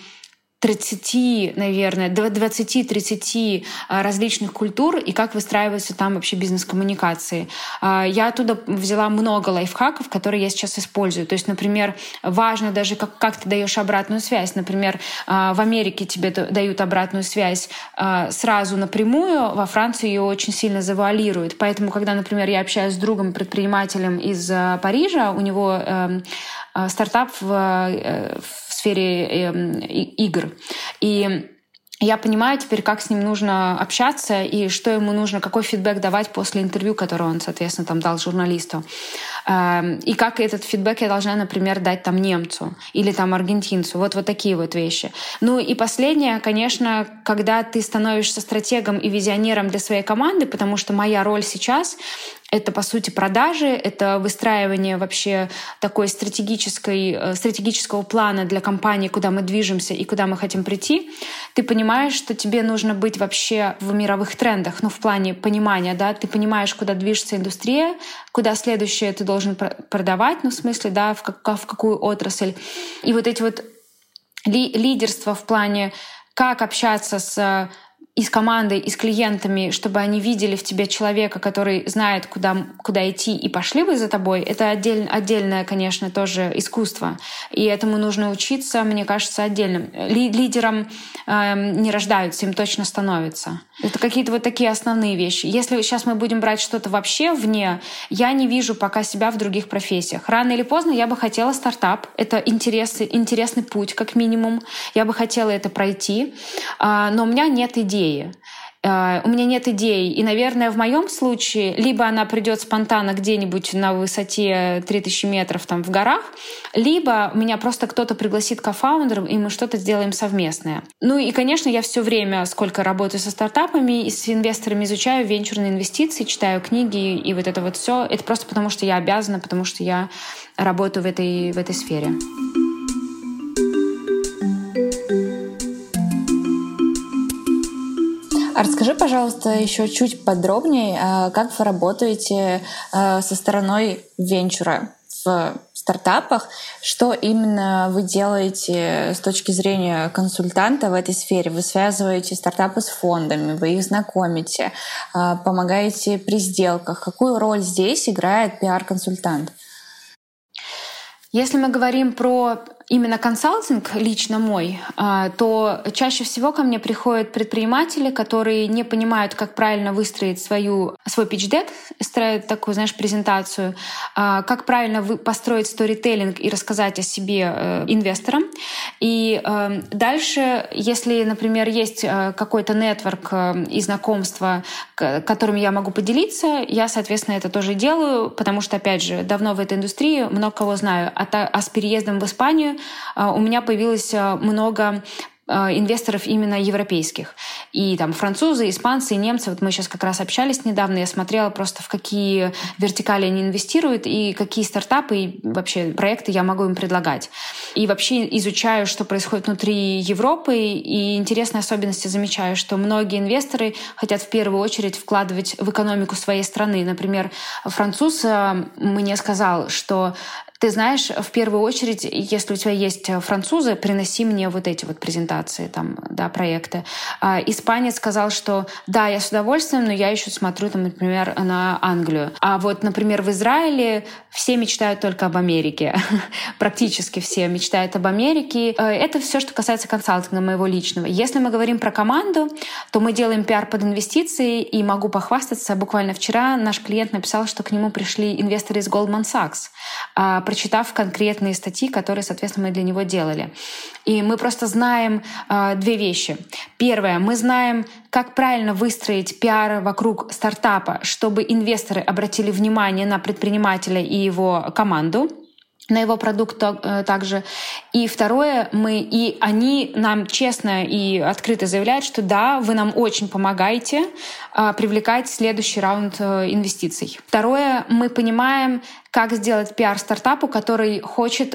30, наверное, 20-30 различных культур и как выстраиваются там вообще бизнес-коммуникации. Я оттуда взяла много лайфхаков, которые я сейчас использую. То есть, например, важно даже, как ты даешь обратную связь. Например, в Америке тебе дают обратную связь сразу напрямую, во Франции ее очень сильно завуалируют. Поэтому, когда, например, я общаюсь с другом-предпринимателем из Парижа, у него стартап в сфере игр. И я понимаю теперь, как с ним нужно общаться и что ему нужно, какой фидбэк давать после интервью, которое он, соответственно, там дал журналисту. И как этот фидбэк я должна, например, дать там немцу или там аргентинцу. Вот такие вот вещи. Ну и последнее, конечно, когда ты становишься стратегом и визионером для своей команды, потому что моя роль сейчас — это, по сути, продажи, это выстраивание вообще такой стратегического плана для компании, куда мы движемся и куда мы хотим прийти. Ты понимаешь, что тебе нужно быть вообще в мировых трендах, ну, в плане понимания, да, ты понимаешь, куда движется индустрия, куда следующее ты должен продавать, ну, в смысле, да, в какую отрасль. И вот эти вот лидерства в плане, как общаться и с командой, и с клиентами, чтобы они видели в тебе человека, который знает, куда идти, и пошли бы за тобой, это отдельное, конечно, тоже искусство. И этому нужно учиться, мне кажется, отдельным. Лидером не рождаются, им точно становятся. Это какие-то вот такие основные вещи. Если сейчас мы будем брать что-то вообще вне, я не вижу пока себя в других профессиях. Рано или поздно я бы хотела стартап. Это интересный путь, как минимум. Я бы хотела это пройти. Но у меня нет идей. идеи. У меня нет идей. И, наверное, в моем случае либо она придет спонтанно где-нибудь на высоте 3000 метров там, в горах, либо меня просто кто-то пригласит кофаундером, и мы что-то сделаем совместное. Ну и, конечно, я все время, сколько работаю со стартапами и с инвесторами, изучаю венчурные инвестиции, читаю книги и вот это вот все. Это просто потому, что я обязана, потому что я работаю в этой сфере. А расскажи, пожалуйста, еще чуть подробнее, как вы работаете со стороной венчура в стартапах, что именно вы делаете с точки зрения консультанта в этой сфере? Вы связываете стартапы с фондами, вы их знакомите, помогаете при сделках. Какую роль здесь играет пиар-консультант? Если мы говорим про именно консалтинг, лично мой, то чаще всего ко мне приходят предприниматели, которые не понимают, как правильно выстроить свой питч-дек, строить такую, знаешь, презентацию, как правильно построить сторителлинг и рассказать о себе инвесторам. И дальше, если, например, есть какой-то нетворк и знакомства, которым я могу поделиться, я, соответственно, это тоже делаю, потому что, опять же, давно в этой индустрии, много кого знаю. А с переездом в Испанию у меня появилось много инвесторов именно европейских. И там французы, испанцы, и немцы. Вот мы сейчас как раз общались недавно, я смотрела просто, в какие вертикали они инвестируют и какие стартапы и вообще проекты я могу им предлагать. И вообще изучаю, что происходит внутри Европы, и интересные особенности замечаю, что многие инвесторы хотят в первую очередь вкладывать в экономику своей страны. Например, француз мне сказал, что ты знаешь, в первую очередь, если у тебя есть французы, приноси мне вот эти вот презентации, там, да, проекты. Испанец сказал, что да, я с удовольствием, но я еще смотрю, там, например, на Англию. А вот, например, в Израиле все мечтают только об Америке. Практически все мечтают об Америке. Это все, что касается консалтинга моего личного. Если мы говорим про команду, то мы делаем пиар под инвестиции, и могу похвастаться, буквально вчера наш клиент написал, что к нему пришли инвесторы из Goldman Sachs, прочитав конкретные статьи, которые, соответственно, мы для него делали. И мы просто знаем две вещи. Первое, мы знаем, как правильно выстроить пиар вокруг стартапа, чтобы инвесторы обратили внимание на предпринимателя и его команду, на его продукт также. И второе, они нам честно и открыто заявляют, что да, вы нам очень помогаете привлекать следующий раунд инвестиций. Второе, мы понимаем, как сделать пиар стартапу, который хочет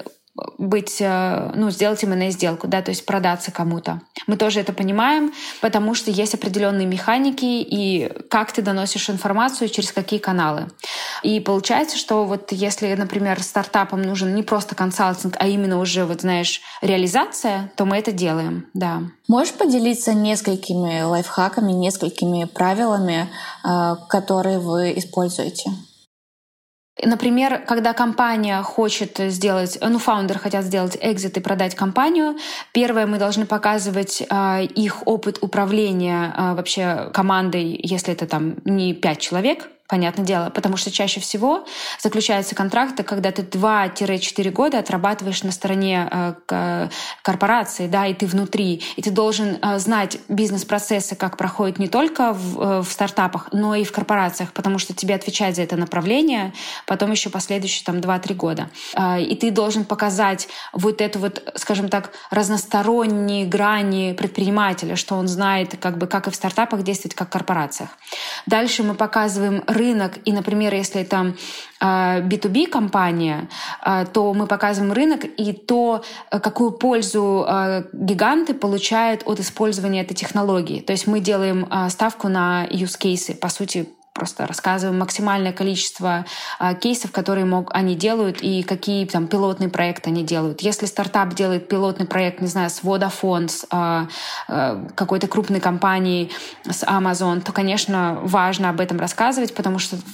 сделать именно сделку, да, то есть продаться кому-то. Мы тоже это понимаем, потому что есть определенные механики и как ты доносишь информацию, через какие каналы. И получается, что вот если, например, стартапам нужен не просто консалтинг, а именно уже, вот знаешь, реализация, то мы это делаем, да. Можешь поделиться несколькими лайфхаками, несколькими правилами, которые вы используете? Например, когда компания хочет сделать, фаундеры хотят сделать экзит и продать компанию, первое, мы должны показывать их опыт управления вообще командой, если это там не 5 человек, понятное дело, потому что чаще всего заключаются контракты, когда ты 2-4 года отрабатываешь на стороне корпорации, да, и ты внутри, и ты должен знать бизнес-процессы, как проходят не только в стартапах, но и в корпорациях, потому что тебе отвечать за это направление, потом еще последующие там 2-3 года. И ты должен показать вот эту вот, скажем так, разносторонние грани предпринимателя, что он знает, как и в стартапах действовать, как в корпорациях. Дальше мы показываем рынок, и, например, если это B2B компания, то мы показываем рынок и то, какую пользу гиганты получают от использования этой технологии. То есть мы делаем ставку на use cases, по сути, просто рассказываем максимальное количество кейсов, которые они делают, и какие там пилотные проекты они делают. Если стартап делает пилотный проект, не знаю, с Vodafone, с какой-то крупной компанией, с Amazon, то, конечно, важно об этом рассказывать, потому что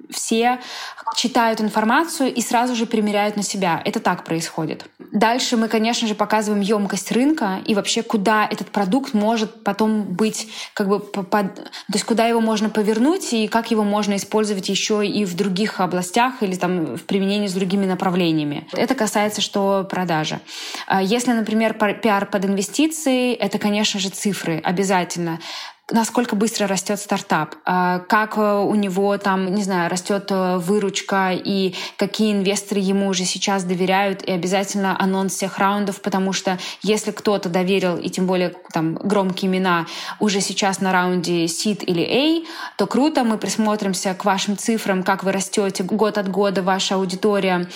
все читают информацию и сразу же примеряют на себя. Это так происходит. Дальше мы, конечно же, показываем емкость рынка и вообще, куда этот продукт может потом быть, то есть куда его можно повернуть и как его можно использовать еще и в других областях или там в применении с другими направлениями. Это касается, что продажи. Если, например, пиар под инвестиции, это, конечно же, цифры обязательно. Насколько быстро растет стартап, как у него там, не знаю, растет выручка и какие инвесторы ему уже сейчас доверяют, и обязательно анонс всех раундов, потому что если кто-то доверил, и тем более там громкие имена, уже сейчас на раунде Seed или A, то круто, мы присмотримся к вашим цифрам, как вы растете год от года, ваша аудитория,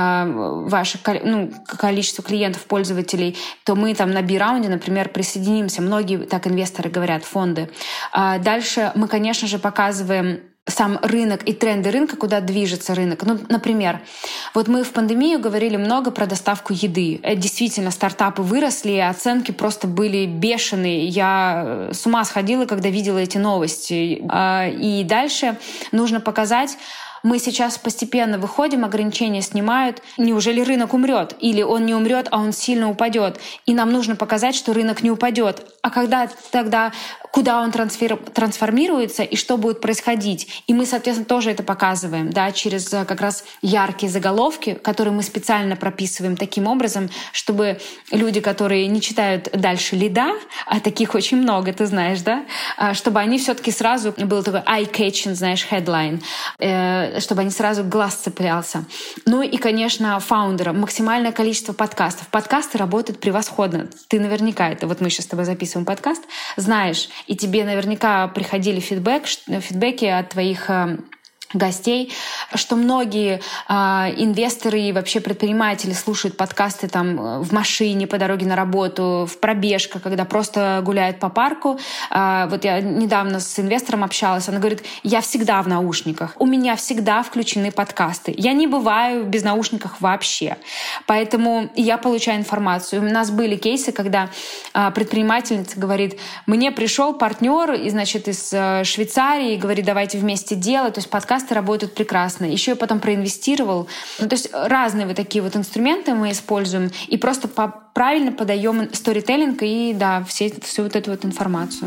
ваше количество клиентов, пользователей, то мы там на B-раунде, например, присоединимся. Многие так инвесторы говорят, фонды. Дальше мы, конечно же, показываем сам рынок и тренды рынка, куда движется рынок. Например, вот мы в пандемию говорили много про доставку еды. Действительно, стартапы выросли, оценки просто были бешеные. Я с ума сходила, когда видела эти новости. И дальше нужно показать, мы сейчас постепенно выходим, ограничения снимают. Неужели рынок умрет? Или он не умрет, а он сильно упадет? И нам нужно показать, что рынок не упадет. А когда тогда куда он трансформируется и что будет происходить? И мы, соответственно, тоже это показываем, да, через как раз яркие заголовки, которые мы специально прописываем таким образом, чтобы люди, которые не читают дальше лида, а таких очень много, ты знаешь, да, чтобы они все-таки сразу был такой eye-catching, знаешь, headline, чтобы они сразу глаз цеплялся. Ну и, конечно, фаундера. Максимальное количество подкастов. Подкасты работают превосходно. Ты наверняка, это вот мы сейчас с тобой записываем подкаст, знаешь, и тебе наверняка приходили фидбэки от твоих гостей, что многие инвесторы и вообще предприниматели слушают подкасты там в машине по дороге на работу, в пробежках, когда просто гуляют по парку. Вот я недавно с инвестором общалась, она говорит, я всегда в наушниках, у меня всегда включены подкасты, я не бываю без наушников вообще, поэтому я получаю информацию. У нас были кейсы, когда предпринимательница говорит, мне пришел партнер из Швейцарии, говорит, давайте вместе делать, то есть подкасты работают прекрасно. Еще и потом проинвестировал. То есть разные вот такие вот инструменты мы используем и просто правильно подаем сторителлинг и, да, всю вот эту вот информацию.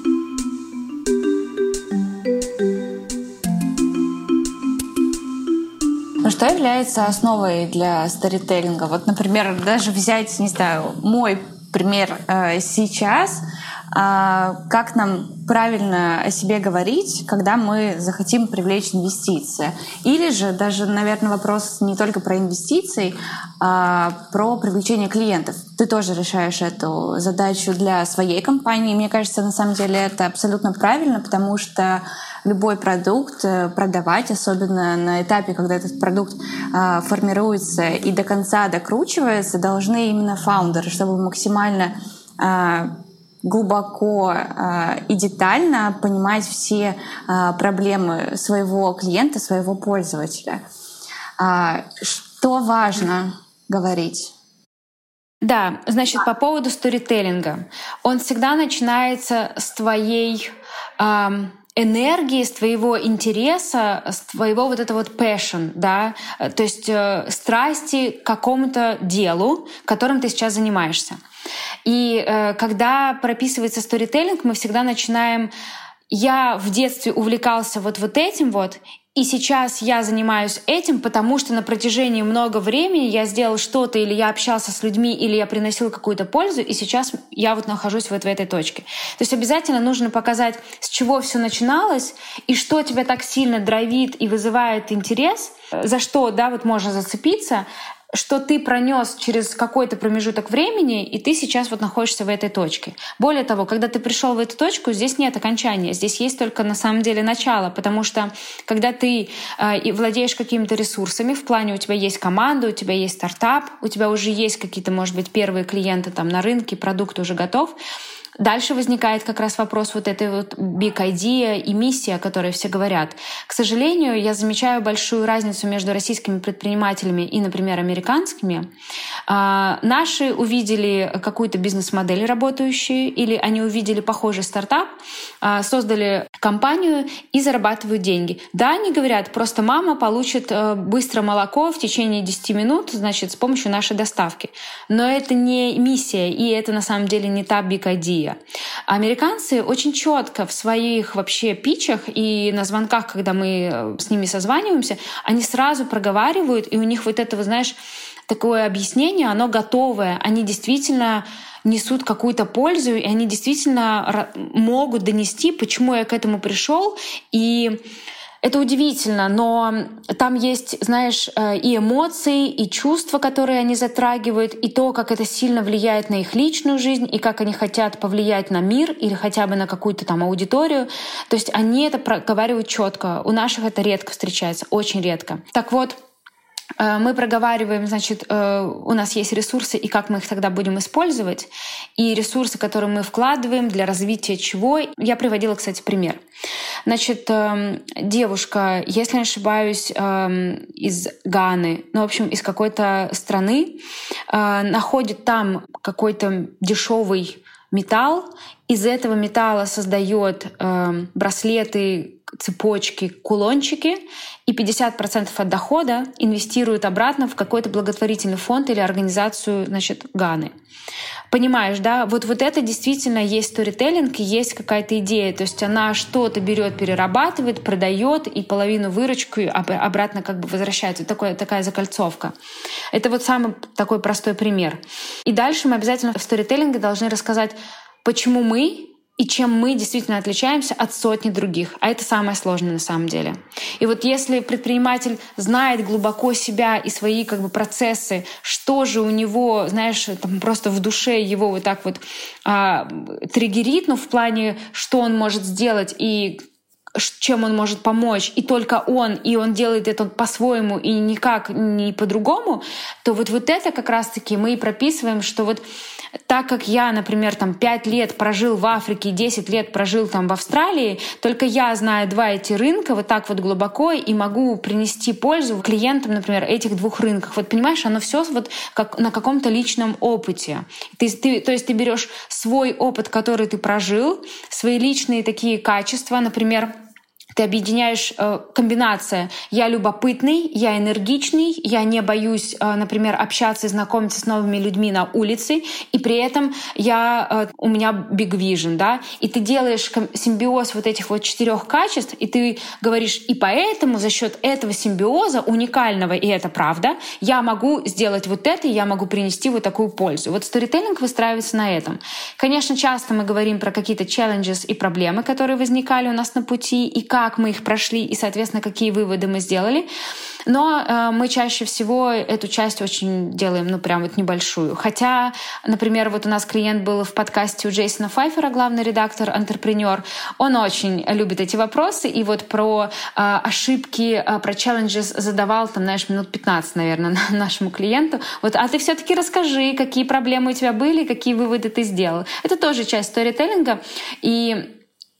Но что является основой для сторителлинга? Вот, например, даже взять, не знаю, мой пример сейчас, как нам правильно о себе говорить, когда мы захотим привлечь инвестиции. Или же даже, наверное, вопрос не только про инвестиции, а про привлечение клиентов. Ты тоже решаешь эту задачу для своей компании. Мне кажется, на самом деле это абсолютно правильно, потому что любой продукт продавать, особенно на этапе, когда этот продукт формируется и до конца докручивается, должны именно фаундеры, чтобы максимально глубоко и детально понимать все проблемы своего клиента, своего пользователя. Что важно говорить? Да, значит, по поводу сторителлинга. Он всегда начинается с твоей энергии, с твоего интереса, с твоего вот этого вот passion, да, то есть страсти к какому-то делу, которым ты сейчас занимаешься. И когда прописывается сторителлинг, мы всегда начинаем «я в детстве увлекался вот этим вот, и сейчас я занимаюсь этим, потому что на протяжении много времени я сделал что-то, или я общался с людьми, или я приносил какую-то пользу, и сейчас я вот нахожусь вот в этой точке». То есть обязательно нужно показать, с чего все начиналось, и что тебя так сильно драйвит и вызывает интерес, за что, да, вот можно зацепиться, что ты пронес через какой-то промежуток времени, и ты сейчас вот находишься в этой точке. Более того, когда ты пришел в эту точку, здесь нет окончания, здесь есть только на самом деле начало, потому что когда ты владеешь какими-то ресурсами, в плане у тебя есть команда, у тебя есть стартап, у тебя уже есть какие-то, может быть, первые клиенты там на рынке, продукт уже готов, Дальше возникает как раз вопрос вот этой вот big idea и миссия, о которой все говорят. К сожалению, я замечаю большую разницу между российскими предпринимателями и, например, американскими. Наши увидели какую-то бизнес-модель работающую, или они увидели похожий стартап, создали компанию и зарабатывают деньги. Да, они говорят, просто мама получит быстро молоко в течение 10 минут, значит, с помощью нашей доставки. Но это не миссия, и это на самом деле не та big idea. Американцы очень четко в своих вообще питчах и на звонках, когда мы с ними созваниваемся, они сразу проговаривают, и у них вот это, знаешь, такое объяснение, оно готовое. Они действительно несут какую-то пользу, и они действительно могут донести, почему я к этому пришел. И это удивительно, но там есть, знаешь, и эмоции, и чувства, которые они затрагивают, и то, как это сильно влияет на их личную жизнь, и как они хотят повлиять на мир или хотя бы на какую-то там аудиторию. То есть они это проговаривают четко. У наших это редко встречается, очень редко. Так вот, мы проговариваем, значит, у нас есть ресурсы, и как мы их тогда будем использовать, и ресурсы, которые мы вкладываем для развития чего. Я приводила, кстати, пример. Значит, девушка, если не ошибаюсь, из Ганы, ну, в общем, из какой-то страны, находит там какой-то дешевый металл, из этого металла создает браслеты, цепочки, кулончики, и 50% от дохода инвестирует обратно в какой-то благотворительный фонд или организацию, значит, Ганы. Понимаешь, да? Вот это действительно есть сторителлинг, и есть какая-то идея. То есть она что-то берет, перерабатывает, продает, и половину выручку обратно как бы возвращает. Вот такая закольцовка. Это вот самый такой простой пример. И дальше мы обязательно в сторителлинге должны рассказать, почему мы и чем мы действительно отличаемся от сотни других. А это самое сложное на самом деле. И вот если предприниматель знает глубоко себя и свои как бы процессы, что же у него, знаешь, там просто в душе его вот так вот триггерит, ну в плане, что он может сделать и чем он может помочь, и только он, и он делает это по-своему и никак не по-другому, то вот это как раз-таки мы и прописываем, что вот так как я, например, там 5 лет прожил в Африке, 10 лет прожил там в Австралии, только я знаю 2 эти рынка вот так вот глубоко и могу принести пользу клиентам, например, этих 2 рынках. Вот понимаешь, оно все вот как на каком-то личном опыте. То есть ты берешь свой опыт, который ты прожил, свои личные такие качества, например, ты объединяешь комбиация «я любопытный», «я энергичный», «я не боюсь, например, общаться и знакомиться с новыми людьми на улице», и при этом у меня big vision, да, и ты делаешь симбиоз вот этих вот 4 качеств, и ты говоришь, и поэтому за счет этого симбиоза уникального, и это правда, я могу сделать вот это, и я могу принести вот такую пользу. Вот сторителлинг выстраивается на этом. Конечно, часто мы говорим про какие-то challenges и проблемы, которые возникали у нас на пути, и как мы их прошли, и, соответственно, какие выводы мы сделали. Но мы чаще всего эту часть очень делаем, ну, прям вот небольшую. Хотя, например, вот у нас клиент был в подкасте у Джейсона Файфера, главный редактор, антрепренер. Он очень любит эти вопросы, и вот про ошибки, про challenges задавал, там, знаешь, минут 15, наверное, нашему клиенту. Вот, а ты все-таки расскажи, какие проблемы у тебя были, какие выводы ты сделал. Это тоже часть сторителлинга, и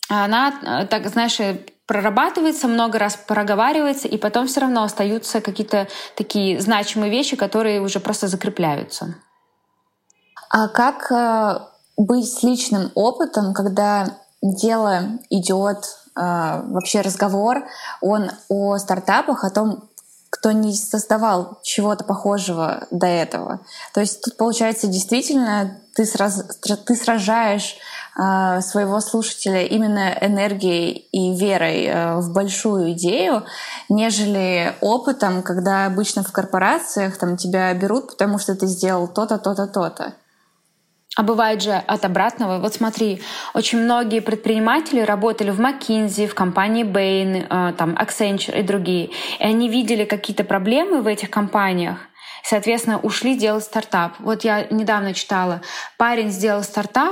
она, так, знаешь, прорабатывается, много раз проговаривается, и потом все равно остаются какие-то такие значимые вещи, которые уже просто закрепляются. А как быть с личным опытом, когда дело идет, вообще разговор, он о стартапах, о том, кто не создавал чего-то похожего до этого. То есть тут, получается, действительно ты сражаешь своего слушателя именно энергией и верой в большую идею, нежели опытом, когда обычно в корпорациях там тебя берут, потому что ты сделал то-то, то-то, то-то. А бывает же от обратного. Вот смотри, очень многие предприниматели работали в McKinsey, в компании Bain, там Accenture и другие. И они видели какие-то проблемы в этих компаниях, соответственно, ушли делать стартап. Вот я недавно читала, парень сделал стартап,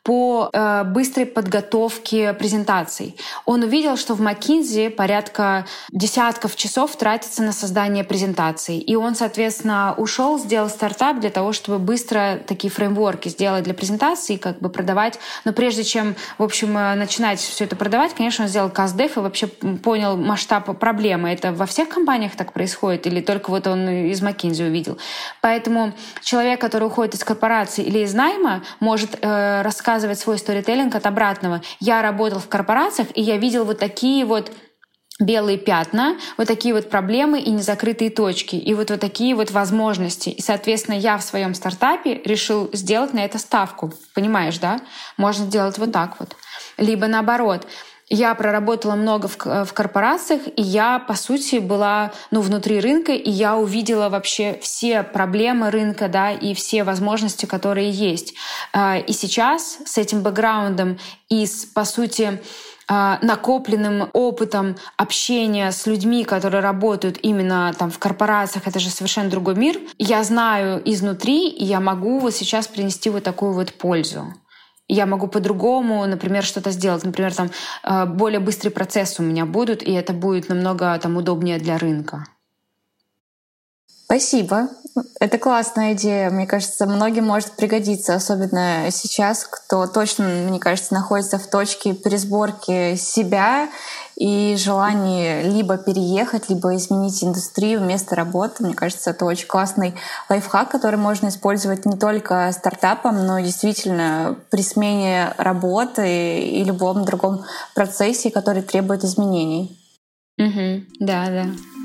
по быстрой подготовке презентаций. Он увидел, что в McKinsey порядка десятков часов тратится на создание презентаций. И он, соответственно, ушел, сделал стартап для того, чтобы быстро такие фреймворки сделать для презентаций, как бы продавать. Но прежде чем, в общем, начинать все это продавать, конечно, он сделал CastDev и вообще понял масштаб проблемы. Это во всех компаниях так происходит или только вот он из McKinsey увидел? Поэтому человек, который уходит из корпорации или из найма, может рассказывать свой сторителлинг от обратного. Я работал в корпорациях, и я видел вот такие вот белые пятна, вот такие вот проблемы и незакрытые точки, и вот такие вот возможности. И, соответственно, я в своем стартапе решил сделать на это ставку. Понимаешь, да? Можно сделать вот так вот. Либо наоборот. Я проработала много в корпорациях, и я, по сути, была внутри рынка, и я увидела вообще все проблемы рынка, да, и все возможности, которые есть. И сейчас с этим бэкграундом и по сути, накопленным опытом общения с людьми, которые работают именно там в корпорациях, это же совершенно другой мир, я знаю изнутри, и я могу вот сейчас принести вот такую вот пользу. Я могу по-другому, например, что-то сделать. Например, там более быстрые процессы у меня будут, и это будет намного там удобнее для рынка. Спасибо. Это классная идея. Мне кажется, многим может пригодиться, особенно сейчас, кто точно, мне кажется, находится в точке пересборки себя и желании либо переехать, либо изменить индустрию, место работы. Мне кажется, это очень классный лайфхак, который можно использовать не только стартапом, но и действительно при смене работы и любом другом процессе, который требует изменений. Да.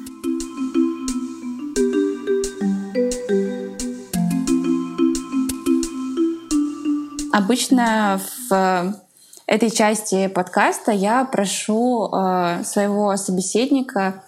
Обычно в этой части подкаста я прошу своего собеседника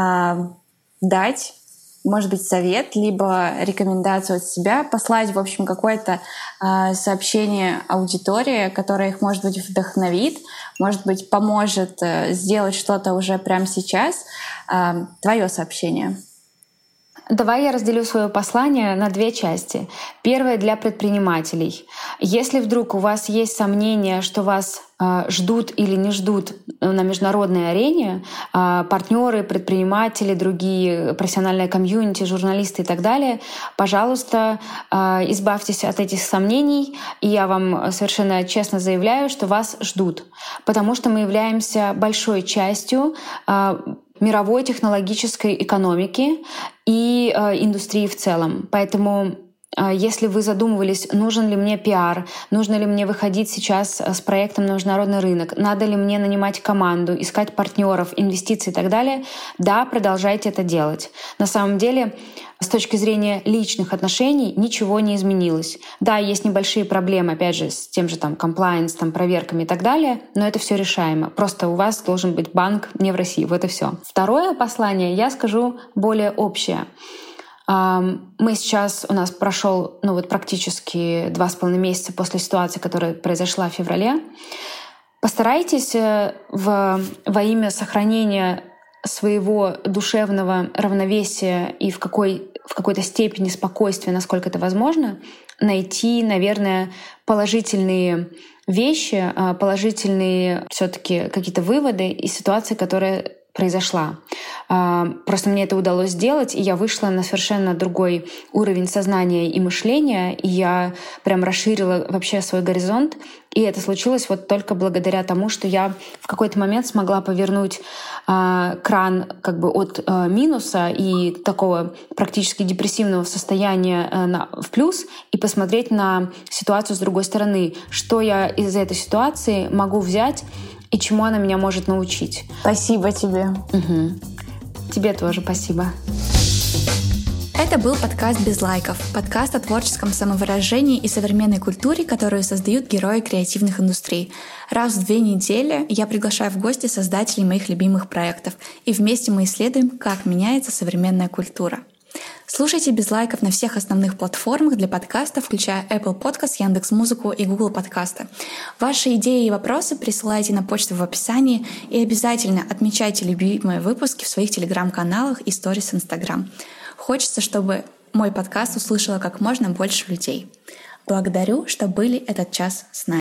дать, может быть, совет, либо рекомендацию от себя, послать, в общем, какое-то сообщение аудитории, которое их, может быть, вдохновит, может быть, поможет сделать что-то уже прямо сейчас. Твое сообщение. Давай я разделю свое послание на две части. Первое для предпринимателей. Если вдруг у вас есть сомнения, что вас ждут или не ждут на международной арене, партнеры, предприниматели, другие профессиональные комьюнити, журналисты и так далее, пожалуйста, избавьтесь от этих сомнений. И я вам совершенно честно заявляю, что вас ждут, потому что мы являемся большой частью мировой технологической экономики и индустрии в целом. Поэтому если вы задумывались, нужен ли мне пиар, нужно ли мне выходить сейчас с проектом на международный рынок, надо ли мне нанимать команду, искать партнеров, инвестиции и так далее, да, продолжайте это делать. На самом деле, с точки зрения личных отношений ничего не изменилось. Да, есть небольшие проблемы, опять же, с тем же там compliance, там, проверками и так далее, но это все решаемо. Просто у вас должен быть банк не в России. Вот и все. Второе послание я скажу более общее. Мы сейчас, у нас прошел практически 2,5 месяца после ситуации, которая произошла в феврале. Постарайтесь во имя сохранения своего душевного равновесия и в какой-то степени спокойствия, насколько это возможно, найти, наверное, положительные вещи, положительные все-таки какие-то выводы из ситуации, которая произошла. Просто мне это удалось сделать, и я вышла на совершенно другой уровень сознания и мышления, и я прям расширила вообще свой горизонт. И это случилось вот только благодаря тому, что я в какой-то момент смогла повернуть кран как бы от минуса и такого практически депрессивного состояния в плюс и посмотреть на ситуацию с другой стороны. Что я из этой ситуации могу взять и чему она меня может научить. Спасибо тебе. Тебе тоже спасибо. Это был подкаст «Без лайков», подкаст о творческом самовыражении и современной культуре, которую создают герои креативных индустрий. Раз в 2 недели я приглашаю в гости создателей моих любимых проектов, и вместе мы исследуем, как меняется современная культура. Слушайте «Без лайков» на всех основных платформах для подкаста, включая Apple Podcast, Яндекс.Музыку и Google Подкасты. Ваши идеи и вопросы присылайте на почту в описании и обязательно отмечайте любимые выпуски в своих телеграм-каналах и сторис в Instagram. Хочется, чтобы мой подкаст услышало как можно больше людей. Благодарю, что были этот час с нами.